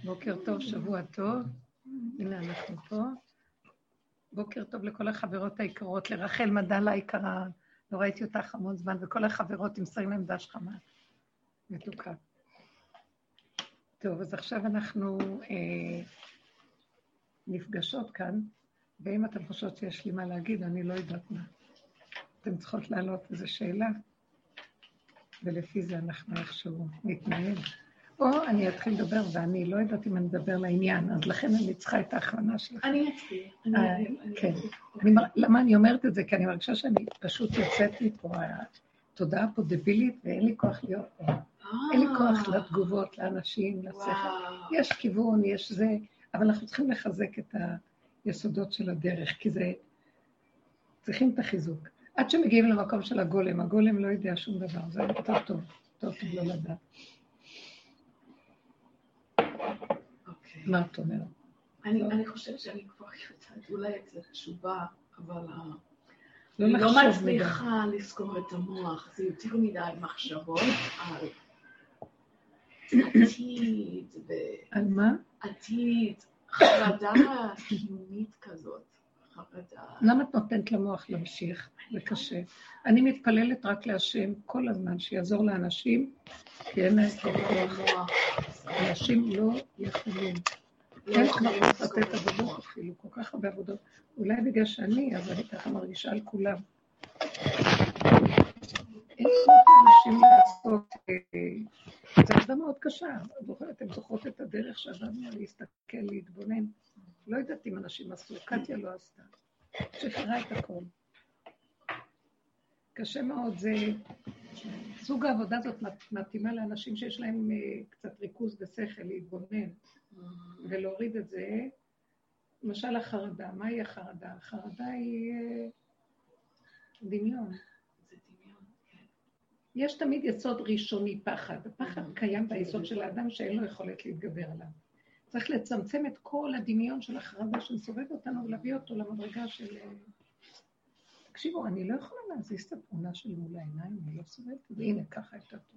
בוקר טוב, שבוע טוב. הנה אנחנו פה. בוקר טוב לכל החברות היקרות, לרחל מדלה היקרה, לא ראיתי אותך המון זמן, וכל החברות תמסרים להם דש חמה. מתוקה. טוב, אז עכשיו אנחנו נפגשות כאן, ואם אתם חושבות שיש לי מה להגיד, אני לא יודעת מה. אתם צריכות להעלות איזו שאלה, ולפי זה אנחנו איכשהו נתנהל. או אני אתחיל לדבר, ואני לא יודעת אם אני אדבר לעניין, אז לכן אני צריכה את ההכוונה שלכם. אני אתחיל. כן. למה אני אומרת את זה? כי אני מרגישה שאני פשוט יוצאת לי פה, התודעה פה דבילית, ואין לי כוח להיות פה. אין לי כוח לתגובות, לאנשים, לשכל. יש כיוון, יש זה, אבל אנחנו צריכים לחזק את היסודות של הדרך, כי זה, צריכים את החיזוק. עד שמגיעים למקום של הגולם, הגולם לא יודע שום דבר, זה יותר טוב, טוב לא לדעת. מה את אומרת? אני חושבת שאני כבר יודעת, אולי קצת תשובה, אבל אני לא מצליחה לזכור את המוח, זה יותר מדי מחשבות על עתיד. על מה? עתיד, חרדה קיומית כזאת. למה את נותנת למוח להמשיך? זה קשה. אני מתפללת רק להשם כל הזמן, שיעזור לאנשים, כי אין כוח. אנשים לא יכולים. אין כבר לתת עבודות אפילו, כל כך הרבה עבודות. אולי בגלל שאני, אז אני ככה מרגישה על כולם. אין כוח לאנשים לעשות, זו עבודה מאוד קשה. אתם זוכרות את הדרך שעבדנו להסתכל, להתבונן. לא יודעת אם אנשים עשו, קטיה לא עשתה. שחררה את הכל. קשה מאוד, זה סוג העבודה הזאת מתאימה לאנשים שיש להם קצת ריכוז ושכל להתבונן ולהוריד את זה. למשל החרדה, מהי החרדה? החרדה היא דמיון. זה דמיון, כן. יש תמיד יסוד ראשוני פחד. הפחד קיים ביסוד של האדם שאין לו יכולת להתגבר עליו. צריך לצמצם את כל הדמיון של החרדה שמסובב אותנו ולהביא אותו למדרגה של... תקשיבו, אני לא יכולה להזיז את התמונה של מול העיניים, אני לא סובבת את זה, הנה ככה יותר טוב.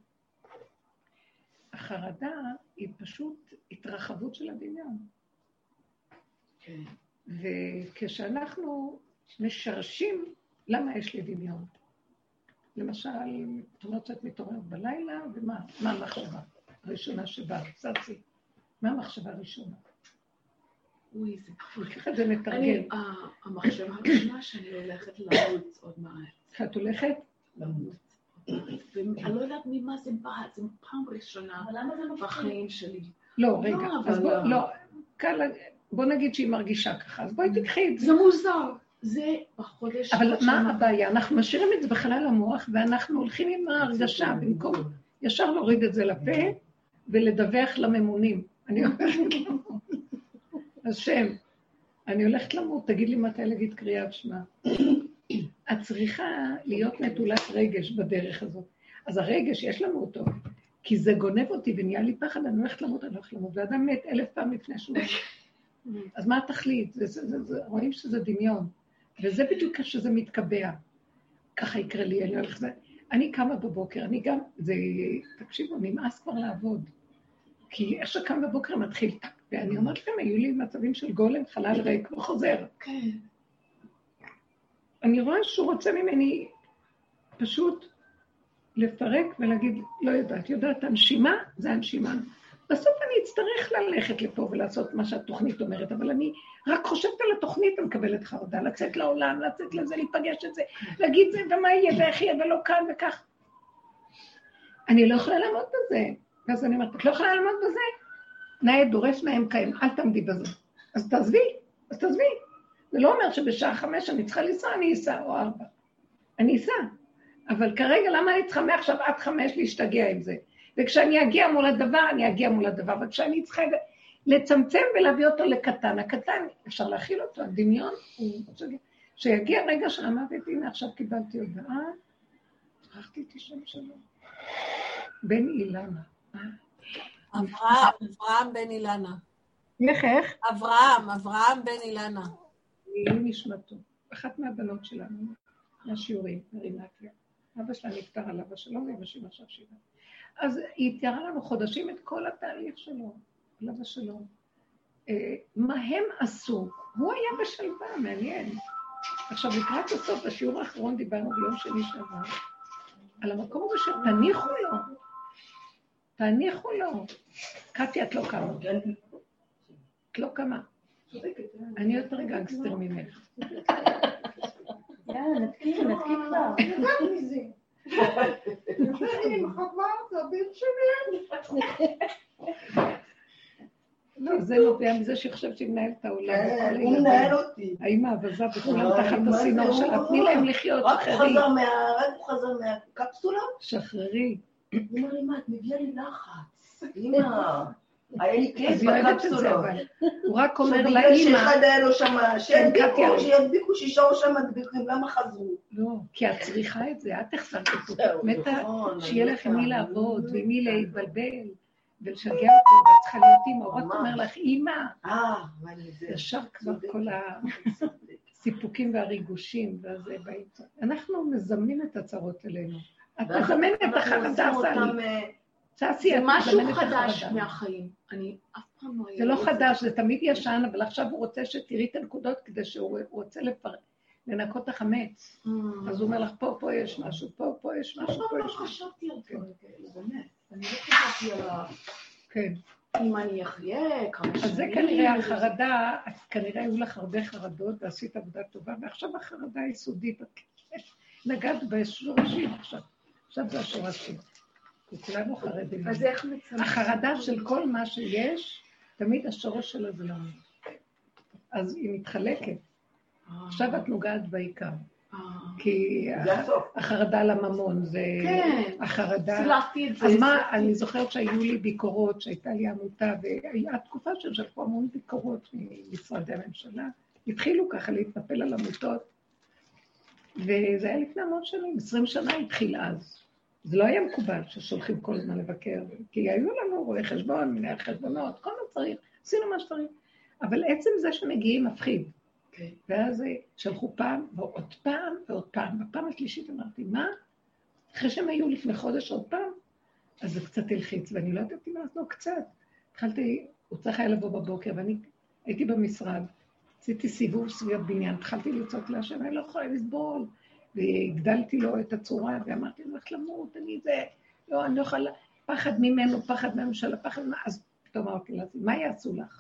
החרדה היא פשוט התרחבות של הדמיון. כן. וכשאנחנו משרשים, למה יש לי דמיון? למשל, את אומרת שאת מתעוררת בלילה, ומה המחשבה הראשונה שבאה? סצי. מה המחשבה הראשונה? אוי, זה ככה זה מתרגל. המחשבה הראשונה שאני הולכת למות עוד מעט. את הולכת? למות. ואני לא יודעת ממה זה בא, זה פעם ראשונה בחיים שלי. לא, רגע, אז בוא נגיד שהיא מרגישה ככה, אז בואי תקחי את זה. זה מוזר. זה בחודש... אבל מה הבעיה? אנחנו משאירים את זה בחלל המוח, ואנחנו הולכים עם ההרגשה, במקום ישר להוריד את זה לפה, ולדווח לממונים. אני הולכת למות. השם, אני הולכת למות, תגיד לי מתי להגיד קריאת שמע. את צריכה להיות נטולת רגש בדרך הזאת. אז הרגש, יש לנו אותו, כי זה גונב אותי ונהיה לי פחד, אני הולכת למות, ואדם מת 1000 פעם לפני שהוא. אז מה התכלית? רואים שזה דמיון. וזה בדיוק כשזה מתקבע. ככה יקרה לי, אני קמה בבוקר, אני גם, תקשיבו, נמאס כבר לעבוד. כי איך שקם בבוקר מתחיל, ואני אומרת לכם, היו לי מצבים של גולם, חלל ריק וחוזר. כן. אני רואה שהוא רוצה ממני פשוט לפרק ולהגיד, לא יודעת, הנשימה זה הנשימה. בסוף אני אצטרך ללכת לפה ולעשות מה שהתוכנית אומרת, אבל אני רק חושבת על התוכנית, אני מקבלת חרדה, לצאת לעולם, לצאת לזה, להיפגש את זה, להגיד זה ומה יהיה ואיך יהיה ולא כאן וכך. אני לא יכולה לעמוד בזה. ואז אני אומרת, את לא יכולה לעמוד בזה? נאה דורש נאה מקיים, אל תעמדי בזה. אז תעזבי. זה לא אומר שבשעה 5 אני צריכה לנסוע, אני אסע, או 4. אני אסע. אבל כרגע למה אני צריכה מעכשיו עד 5 להשתגע עם זה? וכשאני אגיע מול הדבר, אני אגיע מול הדבר. וכשאני צריכה לצמצם ולהביא אותו לקטן. הקטן, אפשר להכיל אותו, הדמיון הוא... שיגיע רגע שאמרתי, הנה עכשיו קיבלתי הודעה, שכחתי את השם שלו. בן אילנה. אברהם בן אילנה. איך? אברהם בן אילנה. היא נשמתו. אחת מהבנות שלנו, מהשיעורים, מרינתיה. אבא שלה נפטר עליו השלום, ואנשים עכשיו 7. אז היא תיארה לנו חודשים את כל התהליך שלו. עליו השלום. מה הם עשו? הוא היה בשלווה, מעניין. עכשיו, לקראת הסוף, בשיעור האחרון דיברנו ביום שני שעבר, על המקום הזה שתניחו לו. תניחו לו. קטי, את לא קמה. את לא קמה. אני יותר גנגסטר ממך. יאללה, נתקיף כבר. נתקיף מזה. אני מחכה, זה הבן שלי. לא, זה נובע מזה שחשבת שהיא מנהלת את העולם. הוא מנהל אותי. האמא אבזה וכולם תחת הסינור שלה, תני להם לחיות, שחררי. רק הוא חזר מהקפסולה? שחררי. היא אמרה לי, מה, את מביאה לי לחץ. אמא, היה לי כיף בקפסולה. הוא רק אומר לאמא. שאחד היה לו שם, שידביקו, שישארו שם מדביקים, למה חזרו? לא, כי את צריכה את זה, את החזרת אותו. מתה, שיהיה לך עם מי לעבוד, ועם מי להתבלבל. ולשגע אותו, ואת צריכה להיות אימא, הוא רק אומר לך, אימא, ישר כבר כל הסיפוקים והריגושים, וזה בעצם. אנחנו מזמנים את הצרות אלינו. את מזמנת את החרדה, סעסי. זה משהו חדש מהחיים. אני אף פעם לא... זה לא חדש, זה תמיד ישן, אבל עכשיו הוא רוצה שתראי את הנקודות, כדי שהוא רוצה לנקות את החמץ. אז הוא אומר לך, פה יש משהו, פה יש משהו, פה יש משהו. לא חשבתי על דברים כאלה, באמת. אני לא חשבתי על ה... כן. אם אני אחיה, כמה שנים... אז זה כנראה החרדה, כנראה היו לך הרבה חרדות ועשית עבודה טובה, ועכשיו החרדה היסודית, נגעת בשורשים עכשיו. עכשיו זה השורשים. וכולנו חרדים. אז איך מצמצם? החרדה של כל מה שיש, תמיד השורש שלו זה לא. אז היא מתחלקת. עכשיו את נוגעת בעיקר. כי החרדה לממון זה החרדה. סלחתי את זה. אז מה, אני זוכרת שהיו לי ביקורות, שהייתה לי עמותה, והייתה תקופה ששלחו המון ביקורות ממשרדי הממשלה. התחילו ככה להתנפל על עמותות, וזה היה לפני המון שנים, 20 שנה התחיל אז. זה לא היה מקובל ששולחים כל הזמן לבקר, כי היו לנו רואי חשבון, מנהל חשבונות, כל מה צריך, עשינו מה שצריך. אבל עצם זה שמגיעים מפחיד. ואז שלחו פעם, ועוד פעם, ועוד פעם. בפעם השלישית אמרתי, מה? אחרי שהם היו לפני חודש עוד פעם, אז זה קצת הלחיץ, ואני לא ידעתי מה, אז לא קצת. התחלתי, הוא צריך היה לבוא בבוקר, ואני הייתי במשרד, עשיתי סיבוב סביב בניין, התחלתי לצעוק להשם, אני לא יכולה לסבול, והגדלתי לו את הצורה, ואמרתי, אני הולכת למות, אני זה, לא, אני לא יכולה, פחד ממנו, פחד מהממשלה, פחד מה, אז פתאום אמרתי לה, מה יעשו לך?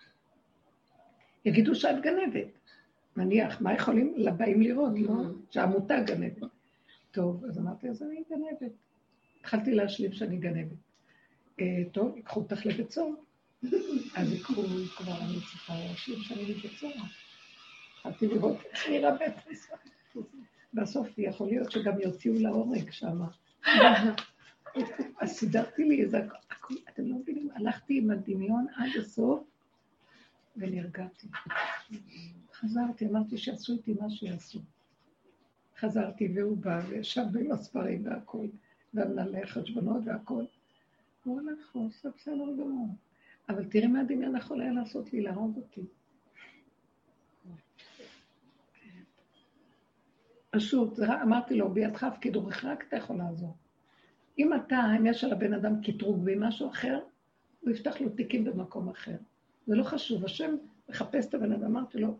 יגידו שאת גנבת. מניח, מה יכולים לבאים לראות, לא? שהעמותה גנבת. טוב, אז אמרתי, אז אני גנבת. התחלתי להשלים שאני גנבת. טוב, ייקחו אותך לבית סוהר. אז ייקחו כבר, אני צריכה להשלים שאני בבית סוהר. התחלתי לראות איך נראה בית הסוהר. בסוף יכול להיות שגם יוציאו להורג שם. אז סידרתי לי איזה... אתם לא מבינים, הלכתי עם הדמיון עד הסוף, ונרגעתי. חזרתי, אמרתי שעשו איתי מה שיעשו. חזרתי והוא בא, וישב בין הספרים והכל, והמנהלי חשבונות והכל. הוא הולך, הוא עושה בסדר גמור. אבל תראי מה הדמיון יכול היה לעשות לי, להרוג אותי. פשוט, אמרתי לו, בידך הפקידורך, רק אתה יכול לעזור. אם יש על הבן אדם קטרוג במשהו אחר, הוא יפתח לו תיקים במקום אחר. זה לא חשוב, השם מחפש את הבן אדם, אמרתי לו,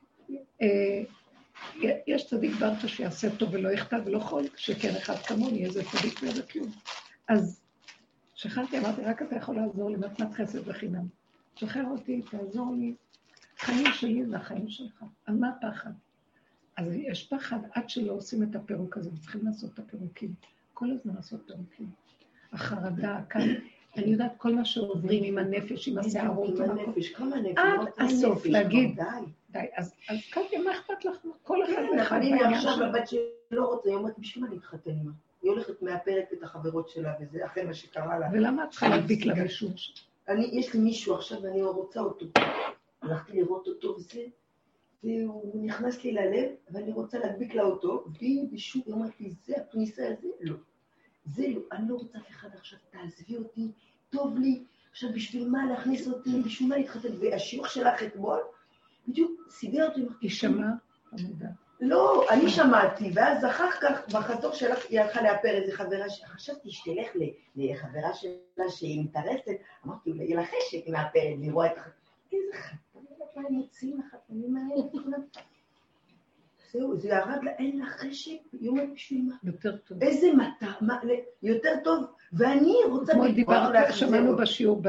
יש צדיק בארץ שיעשה טוב ולא יכתב ולא חול, שכן אחד כמוני, איזה צדיק ואיזה כלום. אז שכנתי, אמרתי, רק אתה יכול לעזור לי, מתנת חסד וחינם. שחרר אותי, תעזור לי. חיים שלי זה החיים שלך. על מה הפחד? אז יש פחד עד שלא עושים את הפירוק הזה, וצריכים לעשות את הפירוקים. כל הזמן לעשות פירוקים. החרדה, כאן, אני יודעת כל מה שעוברים עם הנפש, עם השערות, עם הנפש, כמה נפש, עד הסוף, להגיד, די, אז קטי, מה אכפת לך? כל אחד ואחד בעניין שלו. אני עכשיו לבת שלא רוצה, היא אומרת, בשביל מה להתחתן עימה? היא הולכת מאפרת את החברות שלה, וזה אחרי מה שקרה לה. ולמה את צריכה להדביק למישהו? יש לי מישהו עכשיו, ואני רוצה אותו. הלכתי לראות אותו וזה, והוא נכנס לי ללב, ואני רוצה להדביק לה אותו, והיא בשביל, היא אומרת לי, זה הכניסה הזה? לא. זה לא, אני לא רוצה אף אחד עכשיו, תעזבי אותי, טוב לי, עכשיו בשביל מה להכניס אותי, בשביל מה להתחתן, והשיוך שלך אתמול, בדיוק סידר אותי, היא שמעה, חמודה. לא, אני שמעתי, ואז אחר כך בחזור שלך היא הלכה לאפר איזה חברה, חשבתי שתלך לחברה שלה שהיא מתארסת, אמרתי, אולי יהיה לה חשק מאפרת, לראות את איזה חתנים, מה הם מוצאים החתנים האלה? זהו, זה ירד לה, אין לה חשק, יום בשביל מה? יותר טוב. איזה מטה, יותר טוב, ואני רוצה... כמו דיברנו, שמענו בשיעור,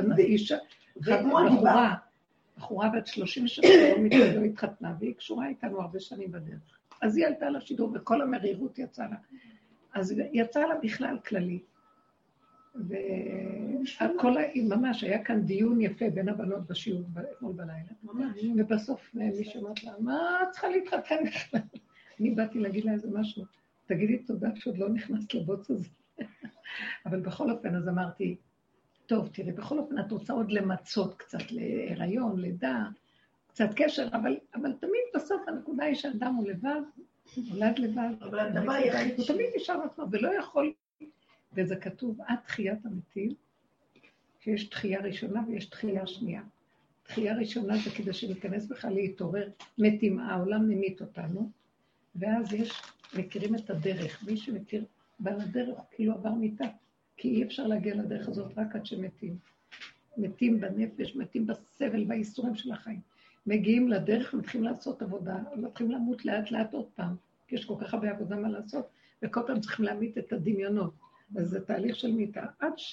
בחורה בת 33 לא התחתנה, והיא קשורה איתנו הרבה שנים בדרך. אז היא עלתה לשידור, וכל המרירות יצאה לה. אז יצאה לה בכלל כללי. והכל, ממש, היה כאן דיון יפה בין הבנות בשיעור, אתמול בלילה. ובסוף מישהו אמרת לה, מה צריכה להתחתן בכלל? אני באתי להגיד לה איזה משהו. תגידי תודה שעוד לא נכנסת לבוץ הזה. אבל בכל אופן, אז אמרתי, טוב, תראי, בכל אופן, את רוצה עוד למצות קצת להיריון, לידה, קצת קשר, אבל תמיד בסוף הנקודה היא שאדם הוא לבד, נולד לבד, אבל הדבר היחיד הוא תמיד נשאר עצמו, ולא יכול, וזה כתוב, עד תחיית המתים, שיש תחייה ראשונה ויש תחייה שנייה. תחייה ראשונה זה כדי שניכנס בכלל להתעורר, מתים, העולם ממית אותנו, ואז מכירים את הדרך, מי שמכיר בעל הדרך, כאילו עבר מיטה. כי אי אפשר להגיע לדרך הזאת רק עד שמתים. מתים בנפש, מתים בסבל, בייסורים של החיים. מגיעים לדרך ומתחילים לעשות עבודה, מתחילים למות לאט לאט עוד פעם, כי יש כל כך הרבה עבודה מה לעשות, וכל פעם צריכים להמית את הדמיונות. אז זה תהליך של מיטה,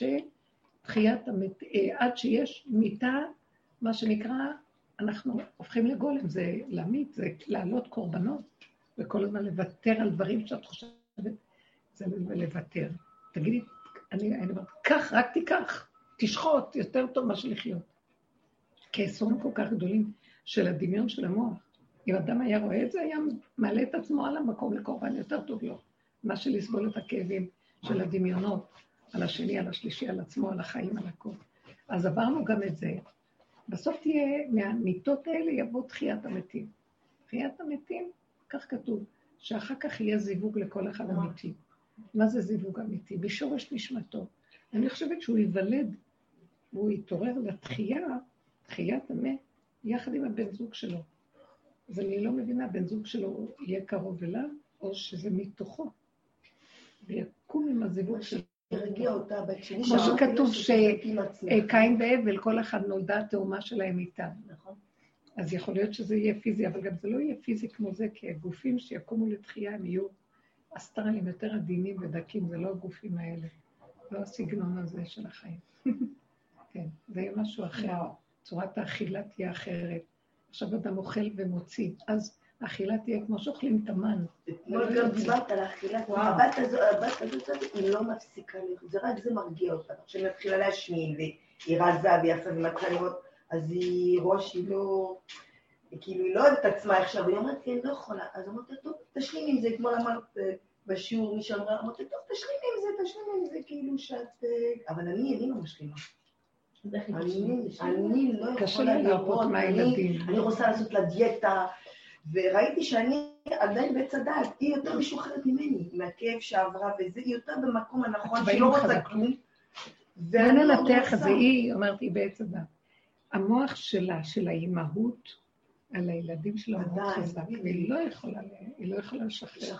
עד שיש מיטה, מה שנקרא, אנחנו הופכים לגולם, זה להמית, זה לעלות קורבנות, וכל הזמן לוותר על דברים שאת חושבת, זה לוותר. תגידי, אני אומרת, כך, רק תיקח, תשחוט, יותר טוב מה שלחיות. כי איסורים כל כך גדולים של הדמיון של המוח. אם אדם היה רואה את זה, היה מעלה את עצמו על המקום לקורבן, יותר טוב לו. מה שלסבול את הכאבים של הדמיונות, על השני, על השלישי, על עצמו, על החיים, על הכל. אז עברנו גם את זה. בסוף תהיה, מהמיטות האלה יבוא תחיית המתים. תחיית המתים, כך כתוב, שאחר כך יהיה זיווג לכל אחד אמיתי. מה זה זיווג אמיתי? בשורש נשמתו. אני חושבת שהוא ייוולד, והוא יתעורר לתחייה, תחיית המת, יחד עם הבן זוג שלו. אז אני לא מבינה, בן זוג שלו יהיה קרוב אליו, או שזה מתוכו. ויקום עם הזיווג שלו. הרגיע אותה בת שני. כמו שכתוב שקין והבל, כל אחד נולדה התאומה שלהם איתם. נכון. אז יכול להיות שזה יהיה פיזי, אבל גם זה לא יהיה פיזי כמו זה, כי הגופים שיקומו לתחייה הם יהיו אסטרלים יותר עדינים ודקים, זה לא הגופים האלה, לא הסגנון הזה של החיים. כן, זה יהיה משהו אחר, צורת האכילה תהיה אחרת. עכשיו אדם אוכל ומוציא, אז האכילה תהיה כמו שאוכלים תמן. אתמול גם דיברת על האכילה, הבת הזאת היא לא מפסיקה, זה רק זה מרגיע אותה. כשהיא מתחילה להשמין והיא רזה והיא עכשיו מתחילה לראות, אז היא רואה שהיא לא, כאילו היא לא אוהבת את עצמה עכשיו, והיא אומרת לי, אני לא יכולה, אז אמרתי, טוב, תשלים עם זה, אתמול אמרת בשיעור מי שאמרה, אמרתי, טוב, תשלים עם זה, כאילו שאת, אבל אני לא משלימה. אני לא יכולה לראות, אני רוצה לעשות לה דיאטה, וראיתי שאני עדיין בעץ הדעת, היא יותר משוחררת ממני, מהכאב שעברה, וזה היא יותר במקום הנכון, שהיא לא רוצה כלום. ואני נתח את זה, היא אומרת, היא בעץ הדעת. המוח שלה, של האימהות, על הילדים של המוח חזק, והיא לא יכולה לשחרר.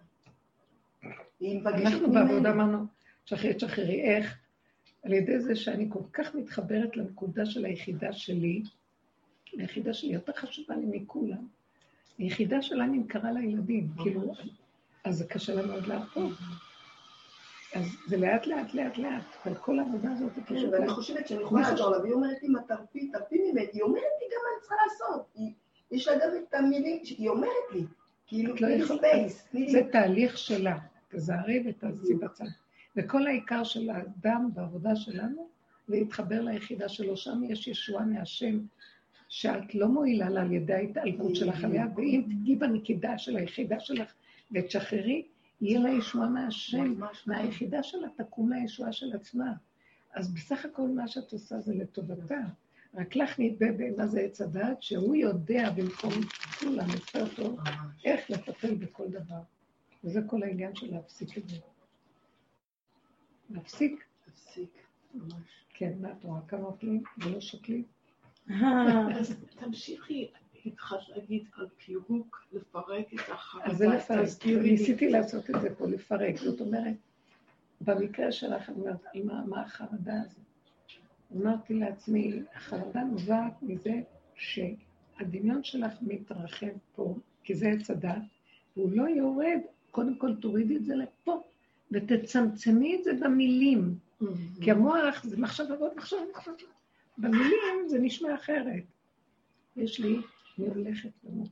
אנחנו בעבודה אמרנו, שחררי, איך? על ידי זה שאני כל כך מתחברת לנקודה של היחידה שלי, היחידה שלי יותר חשובה לי מכולם, היחידה שלה נמכרה לילדים, כאילו, אז זה קשה לנו עוד לעקוב. אז זה לאט, אבל כל העבודה הזאת היא פשוט... ואני חושבת שאני יכולה לעזור לה, והיא אומרת לי, מה תרפי ממני, היא אומרת לי גם מה אני צריכה לעשות, יש לה גם את המילים, היא אומרת לי, כאילו, ספייס. זה תהליך שלה, תזהרי ותעשי בצד. וכל העיקר של האדם בעבודה שלנו, להתחבר ליחידה שלו, שם יש ישועה מהשם, שאת לא מועילה לה על ידי ההתעלבות שלך עליה, ואם תגיעי בנקידה של היחידה שלך ותשחררי, יהיה לה ישועה מהשם, מהיחידה שלה תקום לה ישועה של עצמה. אז בסך הכל מה שאת עושה זה לטובתה. רק לך נתבא מה זה עץ הדעת, שהוא יודע במקום כולם יותר טוב, איך לטפל בכל דבר. וזה כל העניין של להפסיק את זה. להפסיק? להפסיק, ממש. כן, מה את רואה? כמה אוכלים ולא שוקלים? אז תמשיכי, התחלת להגיד על פירוק, לפרק את החרדה. אז זה לפרק, ניסיתי לעשות את זה פה, לפרק. זאת אומרת, במקרה שלך, אני אומרת, על מה החרדה הזאת? אמרתי לעצמי, החרדה נובעת מזה שהדמיון שלך מתרחב פה, כי זה עץ הדת, והוא לא יורד, קודם כל תורידי את זה לפה, ותצמצמי את זה במילים. כי המוח זה מחשבות. במילים זה נשמע אחרת. יש לי, אני הולכת למות.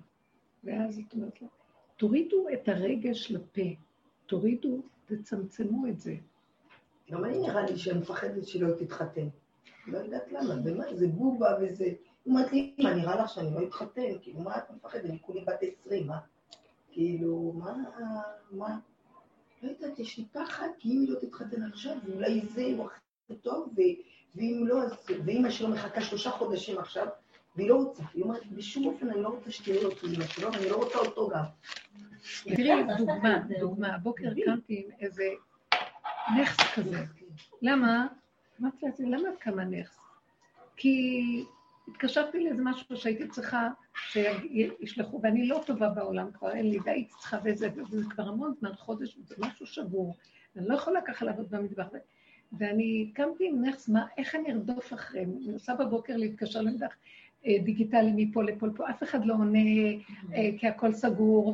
ואז את אומרת לה, תורידו את הרגש לפה, תורידו, תצמצמו את זה. גם אני נראה לי שאני מפחדת שלא תתחתן. לא יודעת למה, ומה, זה בובה וזה. היא אומרת לי, מה, נראה לך שאני לא אתחתן? כאילו, מה את מפחדת? אני כולי בת 20, מה? כאילו, מה? לא יודעת, יש לי פחד, כי אם היא לא תתחתן עכשיו, ואולי זה הוא הכי טוב, ואם לא, ואמא שלו מחכה 3 חודשים עכשיו, והיא לא רוצה. היא אומרת, בשום אופן אני לא רוצה שתראה אותו אמא שלו, ואני לא רוצה אותו גם. תראי, דוגמה, הבוקר קמתי עם איזה נכס כזה. למה? אמרתי לעצמי, למה את קמה נכס? כי התקשרתי לאיזה משהו שהייתי צריכה שישלחו, ואני לא טובה בעולם כבר, אין לי, והייתי צריכה וזה כבר המון זמן, חודש, זה משהו שבור. אני לא יכולה ככה לעבוד במדבר. ואני קמתי עם נכס, איך אני ארדוף אחריהם? אני עושה בבוקר להתקשר למדך דיגיטלי מפה לפה, אף אחד לא עונה, כי הכל סגור,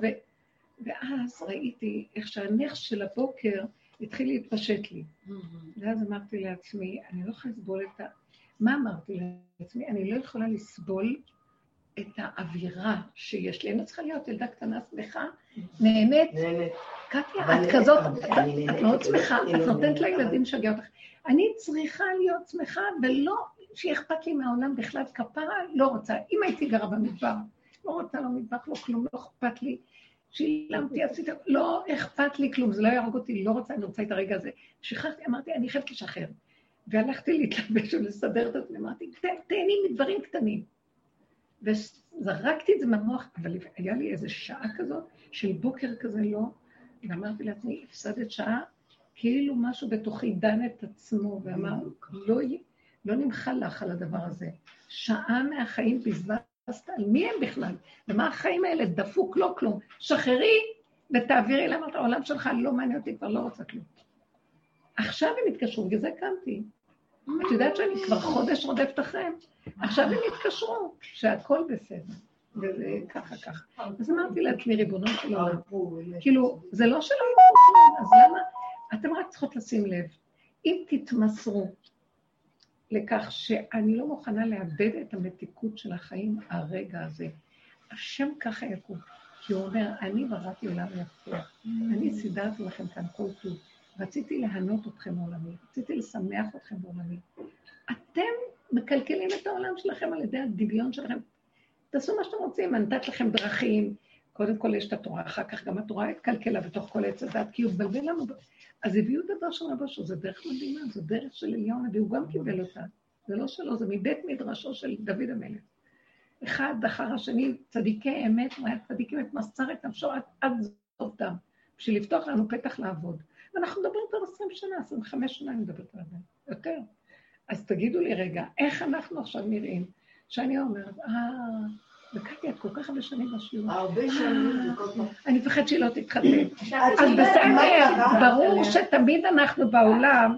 ואז ראיתי איך שהנכס של הבוקר התחיל להתפשט לי. ואז אמרתי לעצמי, אני לא יכולה לסבול את מה אמרתי לעצמי? אני לא יכולה לסבול את האווירה שיש לי. אני לא צריכה להיות ילדה קטנה שמחה, נהנית. קטיה, את כזאת, את מאוד שמחה, את נותנת לילדים שגע אותך. אני צריכה להיות שמחה, ולא שאכפת לי מהעולם בכלל כפרה, לא רוצה. אם הייתי גרה במדבר, לא רוצה, לא מטבח, לא כלום, לא אכפת לי. שילמתי, עשיתי, לא אכפת לי כלום, זה לא יהרוג אותי, לא רוצה, אני רוצה את הרגע הזה. שכחתי, אמרתי, אני חייבת לשחרר. והלכתי להתלבש ולסדר את עצמי, אמרתי, תהני מדברים קטנים. וזרקתי את זה מהמוח, אבל היה לי איזו שעה כזאת, של בוקר כזה לא, ואמרתי לעצמי, הפסדת שעה, כאילו משהו בתוכי דן את עצמו, ואמר, לא נמחל לך על הדבר הזה. שעה מהחיים בזבזת, על מי הם בכלל? ומה החיים האלה? דפוק, לא כלום. שחררי ותעבירי למה את העולם שלך, לא מעניין אותי, כבר לא רוצה כלום. עכשיו הם התקשרו, בגלל זה קמתי. את יודעת שאני כבר חודש רודפת אחריהם? עכשיו הם התקשרו, שהכל בסדר. וזה ככה. אז אמרתי לעצמי, ריבונו של עולם. כאילו, זה לא שלא יתקשרו כלום, אז למה? אתם רק צריכות לשים לב. אם תתמסרו לכך שאני לא מוכנה לאבד את המתיקות של החיים הרגע הזה, השם ככה יקום. כי הוא אומר, אני בראתי עולם יפה. אני סידרתי לכם כאן כל טוב. רציתי להנות אתכם בעולמי, רציתי לשמח אתכם בעולמי. אתם מקלקלים את העולם שלכם על ידי הדמיון שלכם. תעשו מה שאתם רוצים, אני נתת לכם דרכים. קודם כל יש את התורה, אחר כך גם התורה התקלקלה בתוך כל עץ הדת, כי הוא בלבל לנו. אז הביאו את הדרך של רבו שלו, זה דרך מדהימה, זה דרך של אליהו הנביא, הוא גם קיבל אותה. זה לא שלו, זה מבית מדרשו של דוד המלך. אחד אחר השני, צדיקי אמת, הוא היה צדיקים את מסרת, נפשור עד זאתם, בשביל לפתוח לנו פתח לעבוד. ואנחנו מדברים כבר 20 שנה, 25 שנה אני מדברת על זה, יותר. אז תגידו לי רגע, איך אנחנו עכשיו נראים? שאני אומרת, וקטי, את כל כך הרבה שנים בשיעור. הרבה שנים. אני מפחד שהיא לא תתחתן. אז בסדר, ברור שתמיד אנחנו בעולם,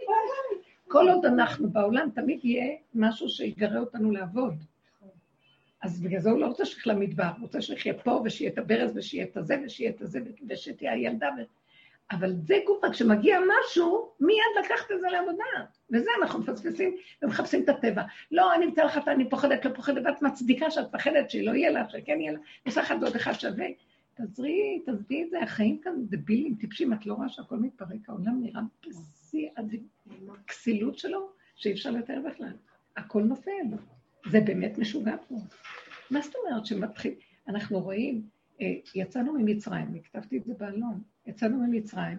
כל עוד אנחנו בעולם, תמיד יהיה משהו שיגרה אותנו לעבוד. אז בגלל זה הוא לא רוצה שתלך למדבר, הוא רוצה שתהיה פה, ושיהיה את הברז, ושיהיה את הזה, ושיהיה את הזה, ושתהיה הילדה. אבל זה גופה, כשמגיע משהו, מיד לקחת את זה לעבודה. וזה אנחנו מפספסים ומחפשים את הטבע. לא, אני מצא לך, אני פוחדת, לא פוחדת, ואת מצדיקה שאת פחדת שהיא לא יהיה לה, שכן יהיה לה, נושא אחד ועוד אחד שווה. תעזבי את זה, החיים כאן דבילים, טיפשים, את לא רואה שהכל מתפרק, העולם נראה בשיא הכסילות שלו, שאי אפשר לתאר בכלל. הכל נופל. זה באמת משוגע פה. מה זאת אומרת שמתחיל? אנחנו רואים, יצאנו ממצרים, כתבתי את זה באלון, יצאנו ממצרים,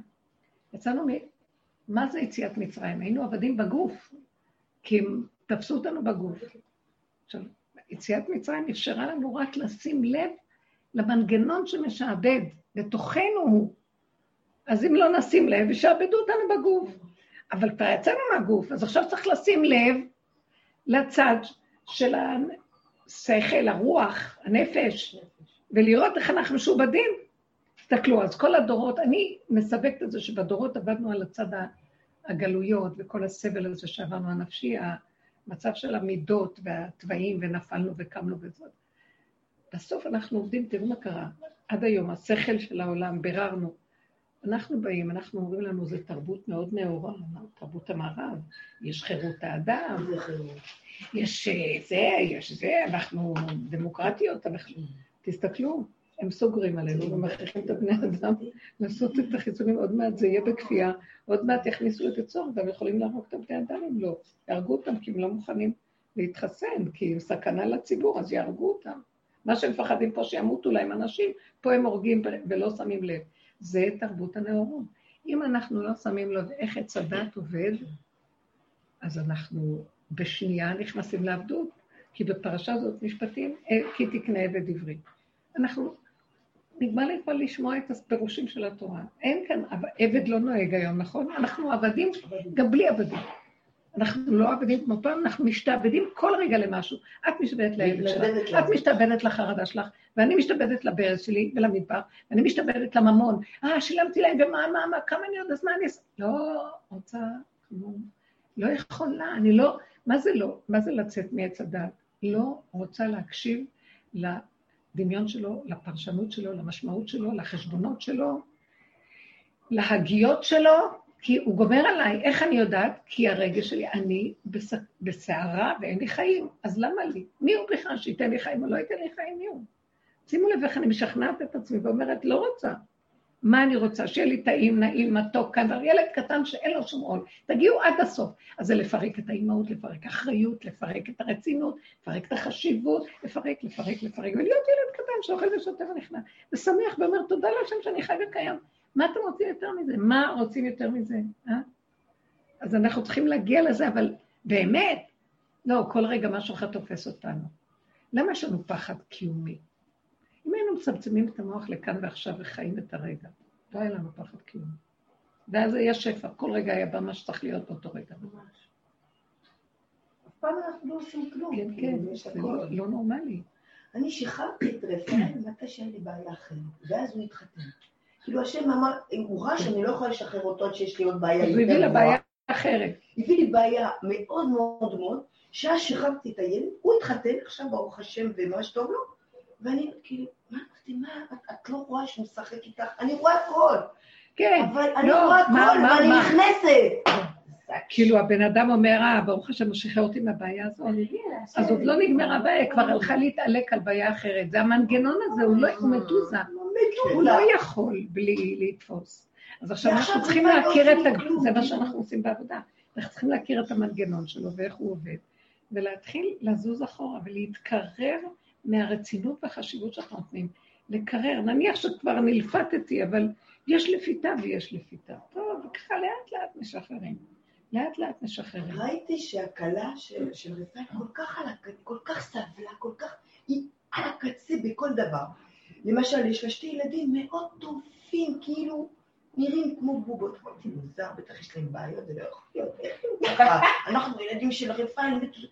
מה זה יציאת מצרים? היינו עבדים בגוף, כי הם תפסו אותנו בגוף. עכשיו, יציאת מצרים אפשרה לנו רק לשים לב למנגנון שמשעבד, לתוכנו הוא. אז אם לא נשים לב, ישעבדו אותנו בגוף. אבל כבר יצאנו מהגוף, אז עכשיו צריך לשים לב לצד של השכל, הרוח, הנפש, ולראות איך אנחנו משובדים. תסתכלו, אז כל הדורות, אני מסבקת את זה שבדורות עבדנו על הצד הגלויות וכל הסבל הזה שעברנו הנפשי, המצב של המידות והטבעים ונפלנו וקמנו וזאת. בסוף אנחנו עובדים, תראו מה קרה, עד היום השכל של העולם, ביררנו, אנחנו באים, אנחנו אומרים לנו, זו תרבות מאוד נאורה, תרבות המערב, יש חירות האדם, יש זה, אנחנו דמוקרטיות, תסתכלו, הם סוגרים עלינו ומכריחים את הבני אדם לעשות את החיסונים, עוד מעט זה יהיה בכפייה, עוד מעט יכניסו את הצורך, והם יכולים להרוג את הבני אדם אם לא, יהרגו אותם כי הם לא מוכנים להתחסן, כי הם סכנה לציבור, אז יהרגו אותם. מה שהם מפחדים פה שימותו להם אנשים, פה הם הורגים ולא שמים לב. זה תרבות הנאורות. אם אנחנו לא שמים לב איך עץ הדת עובד, אז אנחנו בשנייה נכנסים לעבדות, כי בפרשה הזאת משפטים, כי תקנה עבד עברי. אנחנו נגמר לי כבר לשמוע את הפירושים של התורה. אין כאן, עבד לא נוהג היום, נכון? אנחנו עבדים, גם בלי עבדים. אנחנו לא עבדים כמו פעם, אנחנו משתעבדים כל רגע למשהו. את משתעבדת לעבד שלך, את משתעבדת לחרדה שלך, ואני משתעבדת לברז שלי ולמדבר, ואני משתעבדת לממון. שילמתי להם, ומה, כמה אני עוד, אז מה אני אעשה? לא רוצה, לא יכולה, אני לא, מה זה לא? מה זה לצאת מעץ הדת? לא רוצה להקשיב לדמיון שלו, לפרשנות שלו, למשמעות שלו, לחשבונות שלו, להגיות שלו, כי הוא גומר עליי. איך אני יודעת? כי הרגש שלי, אני בסערה ואין לי חיים. אז למה לי? מי הוא בכלל שייתן לי חיים או לא ייתן לי חיים? מי הוא? שימו לב איך אני משכנעת את עצמי ואומרת, לא רוצה. מה אני רוצה? שיהיה לי טעים, נעים, מתוק, כאן, ילד קטן שאין לו שום עול. תגיעו עד הסוף. אז זה לפרק את האימהות, לפרק אחריות, לפרק את הרצינות, לפרק את החשיבות, לפרק, ולהיות ילד קטן שאוכל ושוטה ונכנע. ושמח ואומר, תודה להשם שאני חי וקיים. מה אתם רוצים יותר מזה? מה רוצים יותר מזה? אז אנחנו צריכים להגיע לזה, אבל באמת, לא, כל רגע משהו אחר תופס אותנו. למה יש לנו פחד קיומי? אם היינו מצמצמים את המוח לכאן ועכשיו וחיים את הרגע, לא היה לנו פחד קיומי. ואז היה שפע, כל רגע היה בא מה שצריך להיות באותו רגע. ממש. אף פעם אנחנו לא עושים כלום. כן, כן, זה לא נורמלי. אני שחררתי את רפאל מתי שאין לי בעיה אחרת, ואז הוא התחתן. כאילו השם אמר, הוא ראה שאני לא יכולה לשחרר אותו עד שיש לי עוד בעיה יותר גבוהה. הוא הביא לבעיה אחרת. הביא לי בעיה מאוד מאוד מאוד, שאז שחררתי את הילד, הוא התחתן, עכשיו ברוך השם וממש טוב לו, ואני כאילו, מה, את לא רואה שהוא משחק איתך? אני רואה הכל. כן. אבל אני רואה הכל, ואני נכנסת. כאילו הבן אדם אומר, ברוך השם הוא שחרר אותי מהבעיה הזאת, אז עוד לא נגמר הבעיה, כבר הלכה להתעלק על בעיה אחרת. זה המנגנון הזה, הוא מדוזה. הוא לא יכול בלי לתפוס. אז עכשיו אנחנו צריכים להכיר את זה מה שאנחנו עושים בעבודה. אנחנו צריכים להכיר את המנגנון שלו ואיך הוא עובד, ולהתחיל לזוז אחורה ולהתקרר מהרצינות והחשיבות שאנחנו נותנים. לקרר, נניח שכבר נלפתתי, אבל יש לפיתה ויש לפיתה. טוב, וככה לאט לאט משחררים. לאט לאט משחררים. ראיתי שהקלה של רפאל כל כך סבלה, כל כך, היא על הקצה בכל דבר. למשל, יש לה שתי ילדים מאוד טובים, כאילו נראים כמו בובות. אמרתי, מוזר, בטח יש להם בעיות, זה לא יכול להיות. איך הם ככה? אנחנו ילדים של רפאל,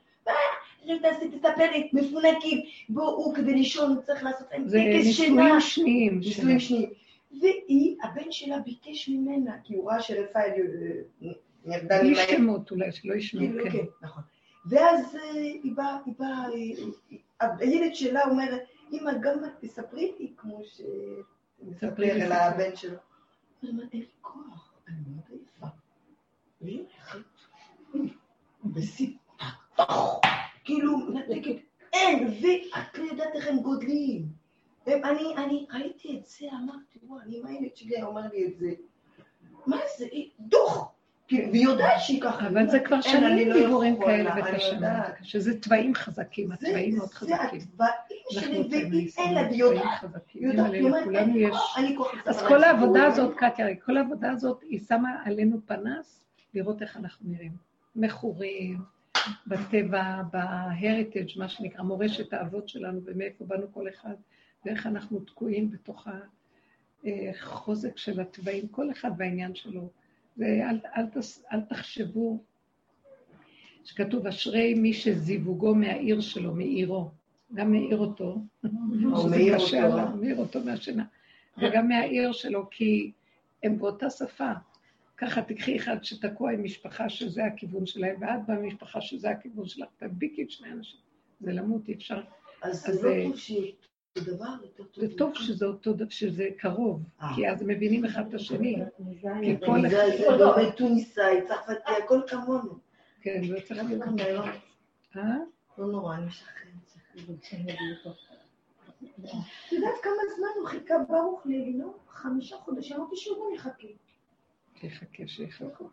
תספרת, מפונקים, הוא כדי לישון צריך לעשות להם טקס שינה. נישואים שניים. והיא, הבן שלה ביקש ממנה, כי הוא ראה שרפאל נרדה לי מהר. שמות אולי, שלא ישמעו, כן. נכון. ואז היא באה, הילד שלה אומרת, אמא, גם תספרי לי כמו שמספר על הבן שלו. אני אומרת, אין לי כוח, אני מאוד עייפה. והיא הולכת, בסיפתח, כאילו, אין, ואת לא יודעת איך הם גודלים. אני ראיתי את זה, אמרתי, אני עם הילד שלי, אומר לי את זה. מה זה? דוח. והיא יודעת שהיא ככה. אבל זה כבר שנים דיבורים כאלה ותשמעות, שזה טבעים חזקים, הטבעים מאוד חזקים. זה הטבעים שלי, והיא אין לה, והיא יודעת. אז כל העבודה הזאת, קטיה, כל העבודה הזאת, היא שמה עלינו פנס, לראות איך אנחנו נראים. מכורים, בטבע, בהריטג', מה שנקרא, מורשת האבות שלנו, ומאיפה באנו כל אחד, ואיך אנחנו תקועים בתוך החוזק של הטבעים, כל אחד בעניין שלו. ואל תחשבו שכתוב אשרי מי שזיווגו מהעיר שלו, מעירו. גם מאיר אותו, שזה קשה עליו, מאיר אותו מהשינה, וגם מהעיר שלו, כי הם באותה שפה. ככה תקחי אחד שתקוע עם משפחה שזה הכיוון שלהם, ואת במשפחה שזה הכיוון שלך, תדביקי את שני אנשים. זה למות, אי אפשר. אז זה לא טוב שיהיה דבר יותר טוב. זה טוב שזה קרוב, כי אז הם מבינים אחד את השני. זה לא טוניסאי, צרפתי, הכל כמונו. כן, זה צריך להיות. לא נורא, אני שכן. את יודעת כמה זמן הוא חיכה ברוך לי, לא? 5 חודשים, אמרתי שהוא מחכה. שיחכה.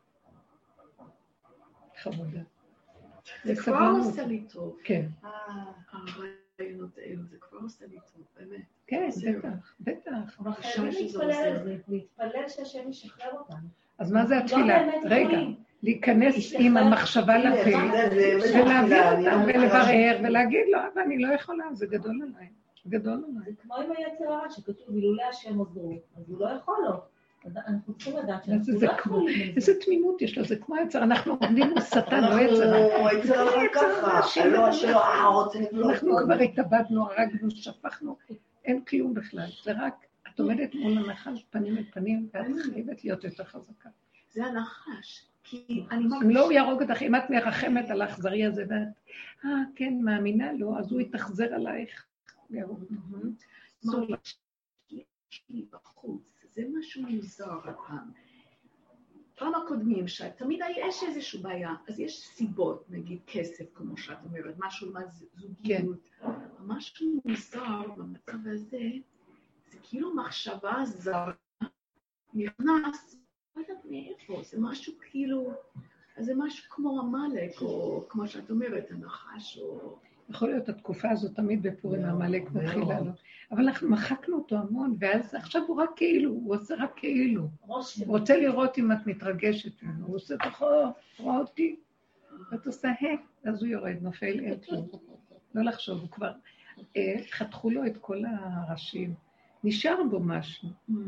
חמודה. זה כבר עושה לי טוב. כן. הרעיונות האלו, זה כבר עושה לי טוב, באמת. כן, בטח. אבל חייבים להתפלל שהשם ישחרר אותנו. אז מה זה התפילה? רגע, להיכנס עם המחשבה לפה, ולהביא אותם, ולברר, ולהגיד לו, אבל אני לא יכולה, זה גדול עליי. גדול עליי. זה כמו עם היצר הרע שכתוב, אילולא השם עוזרו, אז הוא לא יכול לו. אנחנו צריכים לדעת שאנחנו לא יכולים לזה. איזה תמימות יש לו, זה כמו יצר, אנחנו עומדים עם שטן, לא יצר. היצר הרע ככה, אנחנו כבר התאבדנו, הרגנו, שפכנו, אין כלום בכלל, זה רק, את עומדת מול הנחש פנים אל פנים, ואת חייבת להיות יותר חזקה. זה הנחש, כי אני אם לא הוא ירוג אותך, אם את מרחמת על האכזרי הזה, ואת, כן, מאמינה לו, אז הוא יתחזר עלייך, וירוג אותך. אסור לי בחוץ, זה משהו מוזר הפעם. פעם הקודמים שתמיד יש איזושהי בעיה, אז יש סיבות, נגיד כסף, כמו שאת אומרת, משהו מהזוגיות. משהו מוזר במצב הזה, זה כאילו מחשבה זרה, נכנס, לא יודעת מאיפה, זה משהו כאילו, זה משהו כמו המלך, או כמו שאת אומרת, הנחש, או... יכול להיות, התקופה הזאת תמיד בפורים המלך מתחיל לעלות. אבל אנחנו מחקנו אותו המון, ואז עכשיו הוא רק כאילו, הוא עושה רק כאילו. הוא רוצה לראות אם את מתרגשת ממנו, הוא עושה תוכו, רואה אותי, ואת עושה אז הוא יורד, נופל, אין כלום. לא לחשוב, הוא כבר, חתכו לו את כל הראשים, נשאר בו משהו.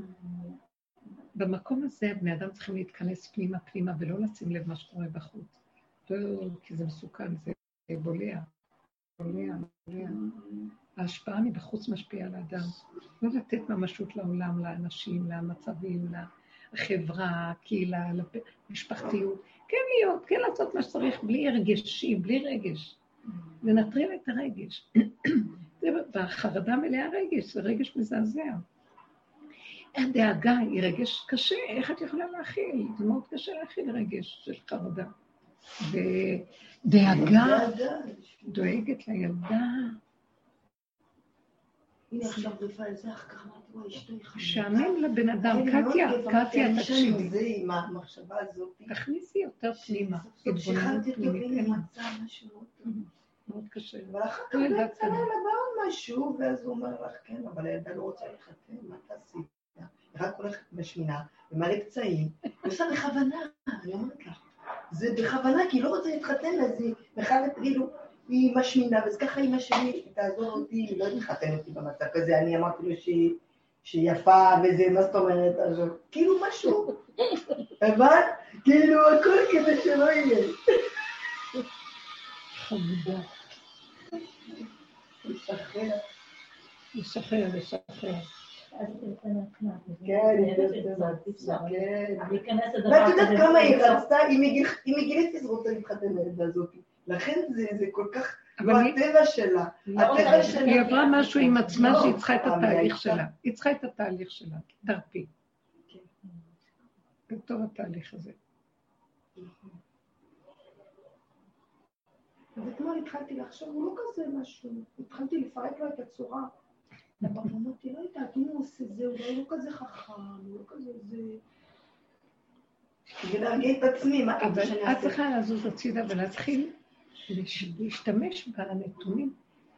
במקום הזה, בני אדם צריכים להתכנס פנימה, ולא לשים לב מה שקורה בחוץ. לא, כי זה מסוכן, זה בולע. ההשפעה מבחוץ משפיעה על האדם. לא לתת ממשות לעולם, לאנשים, למצבים, לחברה, קהילה, למשפחתיות. כן להיות, כן לעשות מה שצריך, בלי הרגשים, בלי רגש. לנטרל את הרגש. בחרדה מלאה רגש, זה רגש מזעזע. הדאגה היא רגש קשה, איך את יכולה להכיל? זה מאוד קשה להכיל רגש של חרדה. ודאגה דואגת לילדה. הנה עכשיו רפאל זה אחר כך, אמרתי, אשתו יחמד. שעמם לבן אדם, קטיה, תקשיבי. זה עם המחשבה הזאת. תכניסי יותר פנימה. שכנתי אותו והנה מצא משהו. מאוד קשה. אבל אחר כך לא יצא לה לבא משהו, ואז הוא אומר לך, כן, אבל הילדה לא רוצה לחתן, מה תעשי? היא רק הולכת בשמינה, ומלא פצעים, ועושה בכוונה, אני אומרת לך. זה בכוונה, כי היא לא רוצה להתחתן, אז היא מחלת כאילו, היא משמינה, ואז ככה אמא שלי תעזור אותי, היא לא תתחתן אותי במצב כזה, אני אמרתי לו שהיא יפה, וזה, מה זאת אומרת, אז כאילו משהו, אבל כאילו הכל כדי שלא יהיה. חמודה. לשחרר. כן, ואת יודעת כמה היא רצתה, היא מגילית תזרות להתחתן לילדה הזאת. לכן זה כל כך, לא הטבע שלה. היא עברה משהו עם עצמה שהיא צריכה את התהליך שלה. היא צריכה את התהליך שלה, תרפי. זה טוב התהליך הזה. אז אתמול התחלתי לחשוב, הוא לא כזה משהו. התחלתי לפרק לו את הצורה. אבל אמרתי, לא יודעת, אם הוא עושה זה, הוא לא כזה חכם, הוא לא כזה זה... ולהרגיע את עצמי, מה אבל את צריכה לזוז הצידה ולהתחיל להשתמש בנתונים,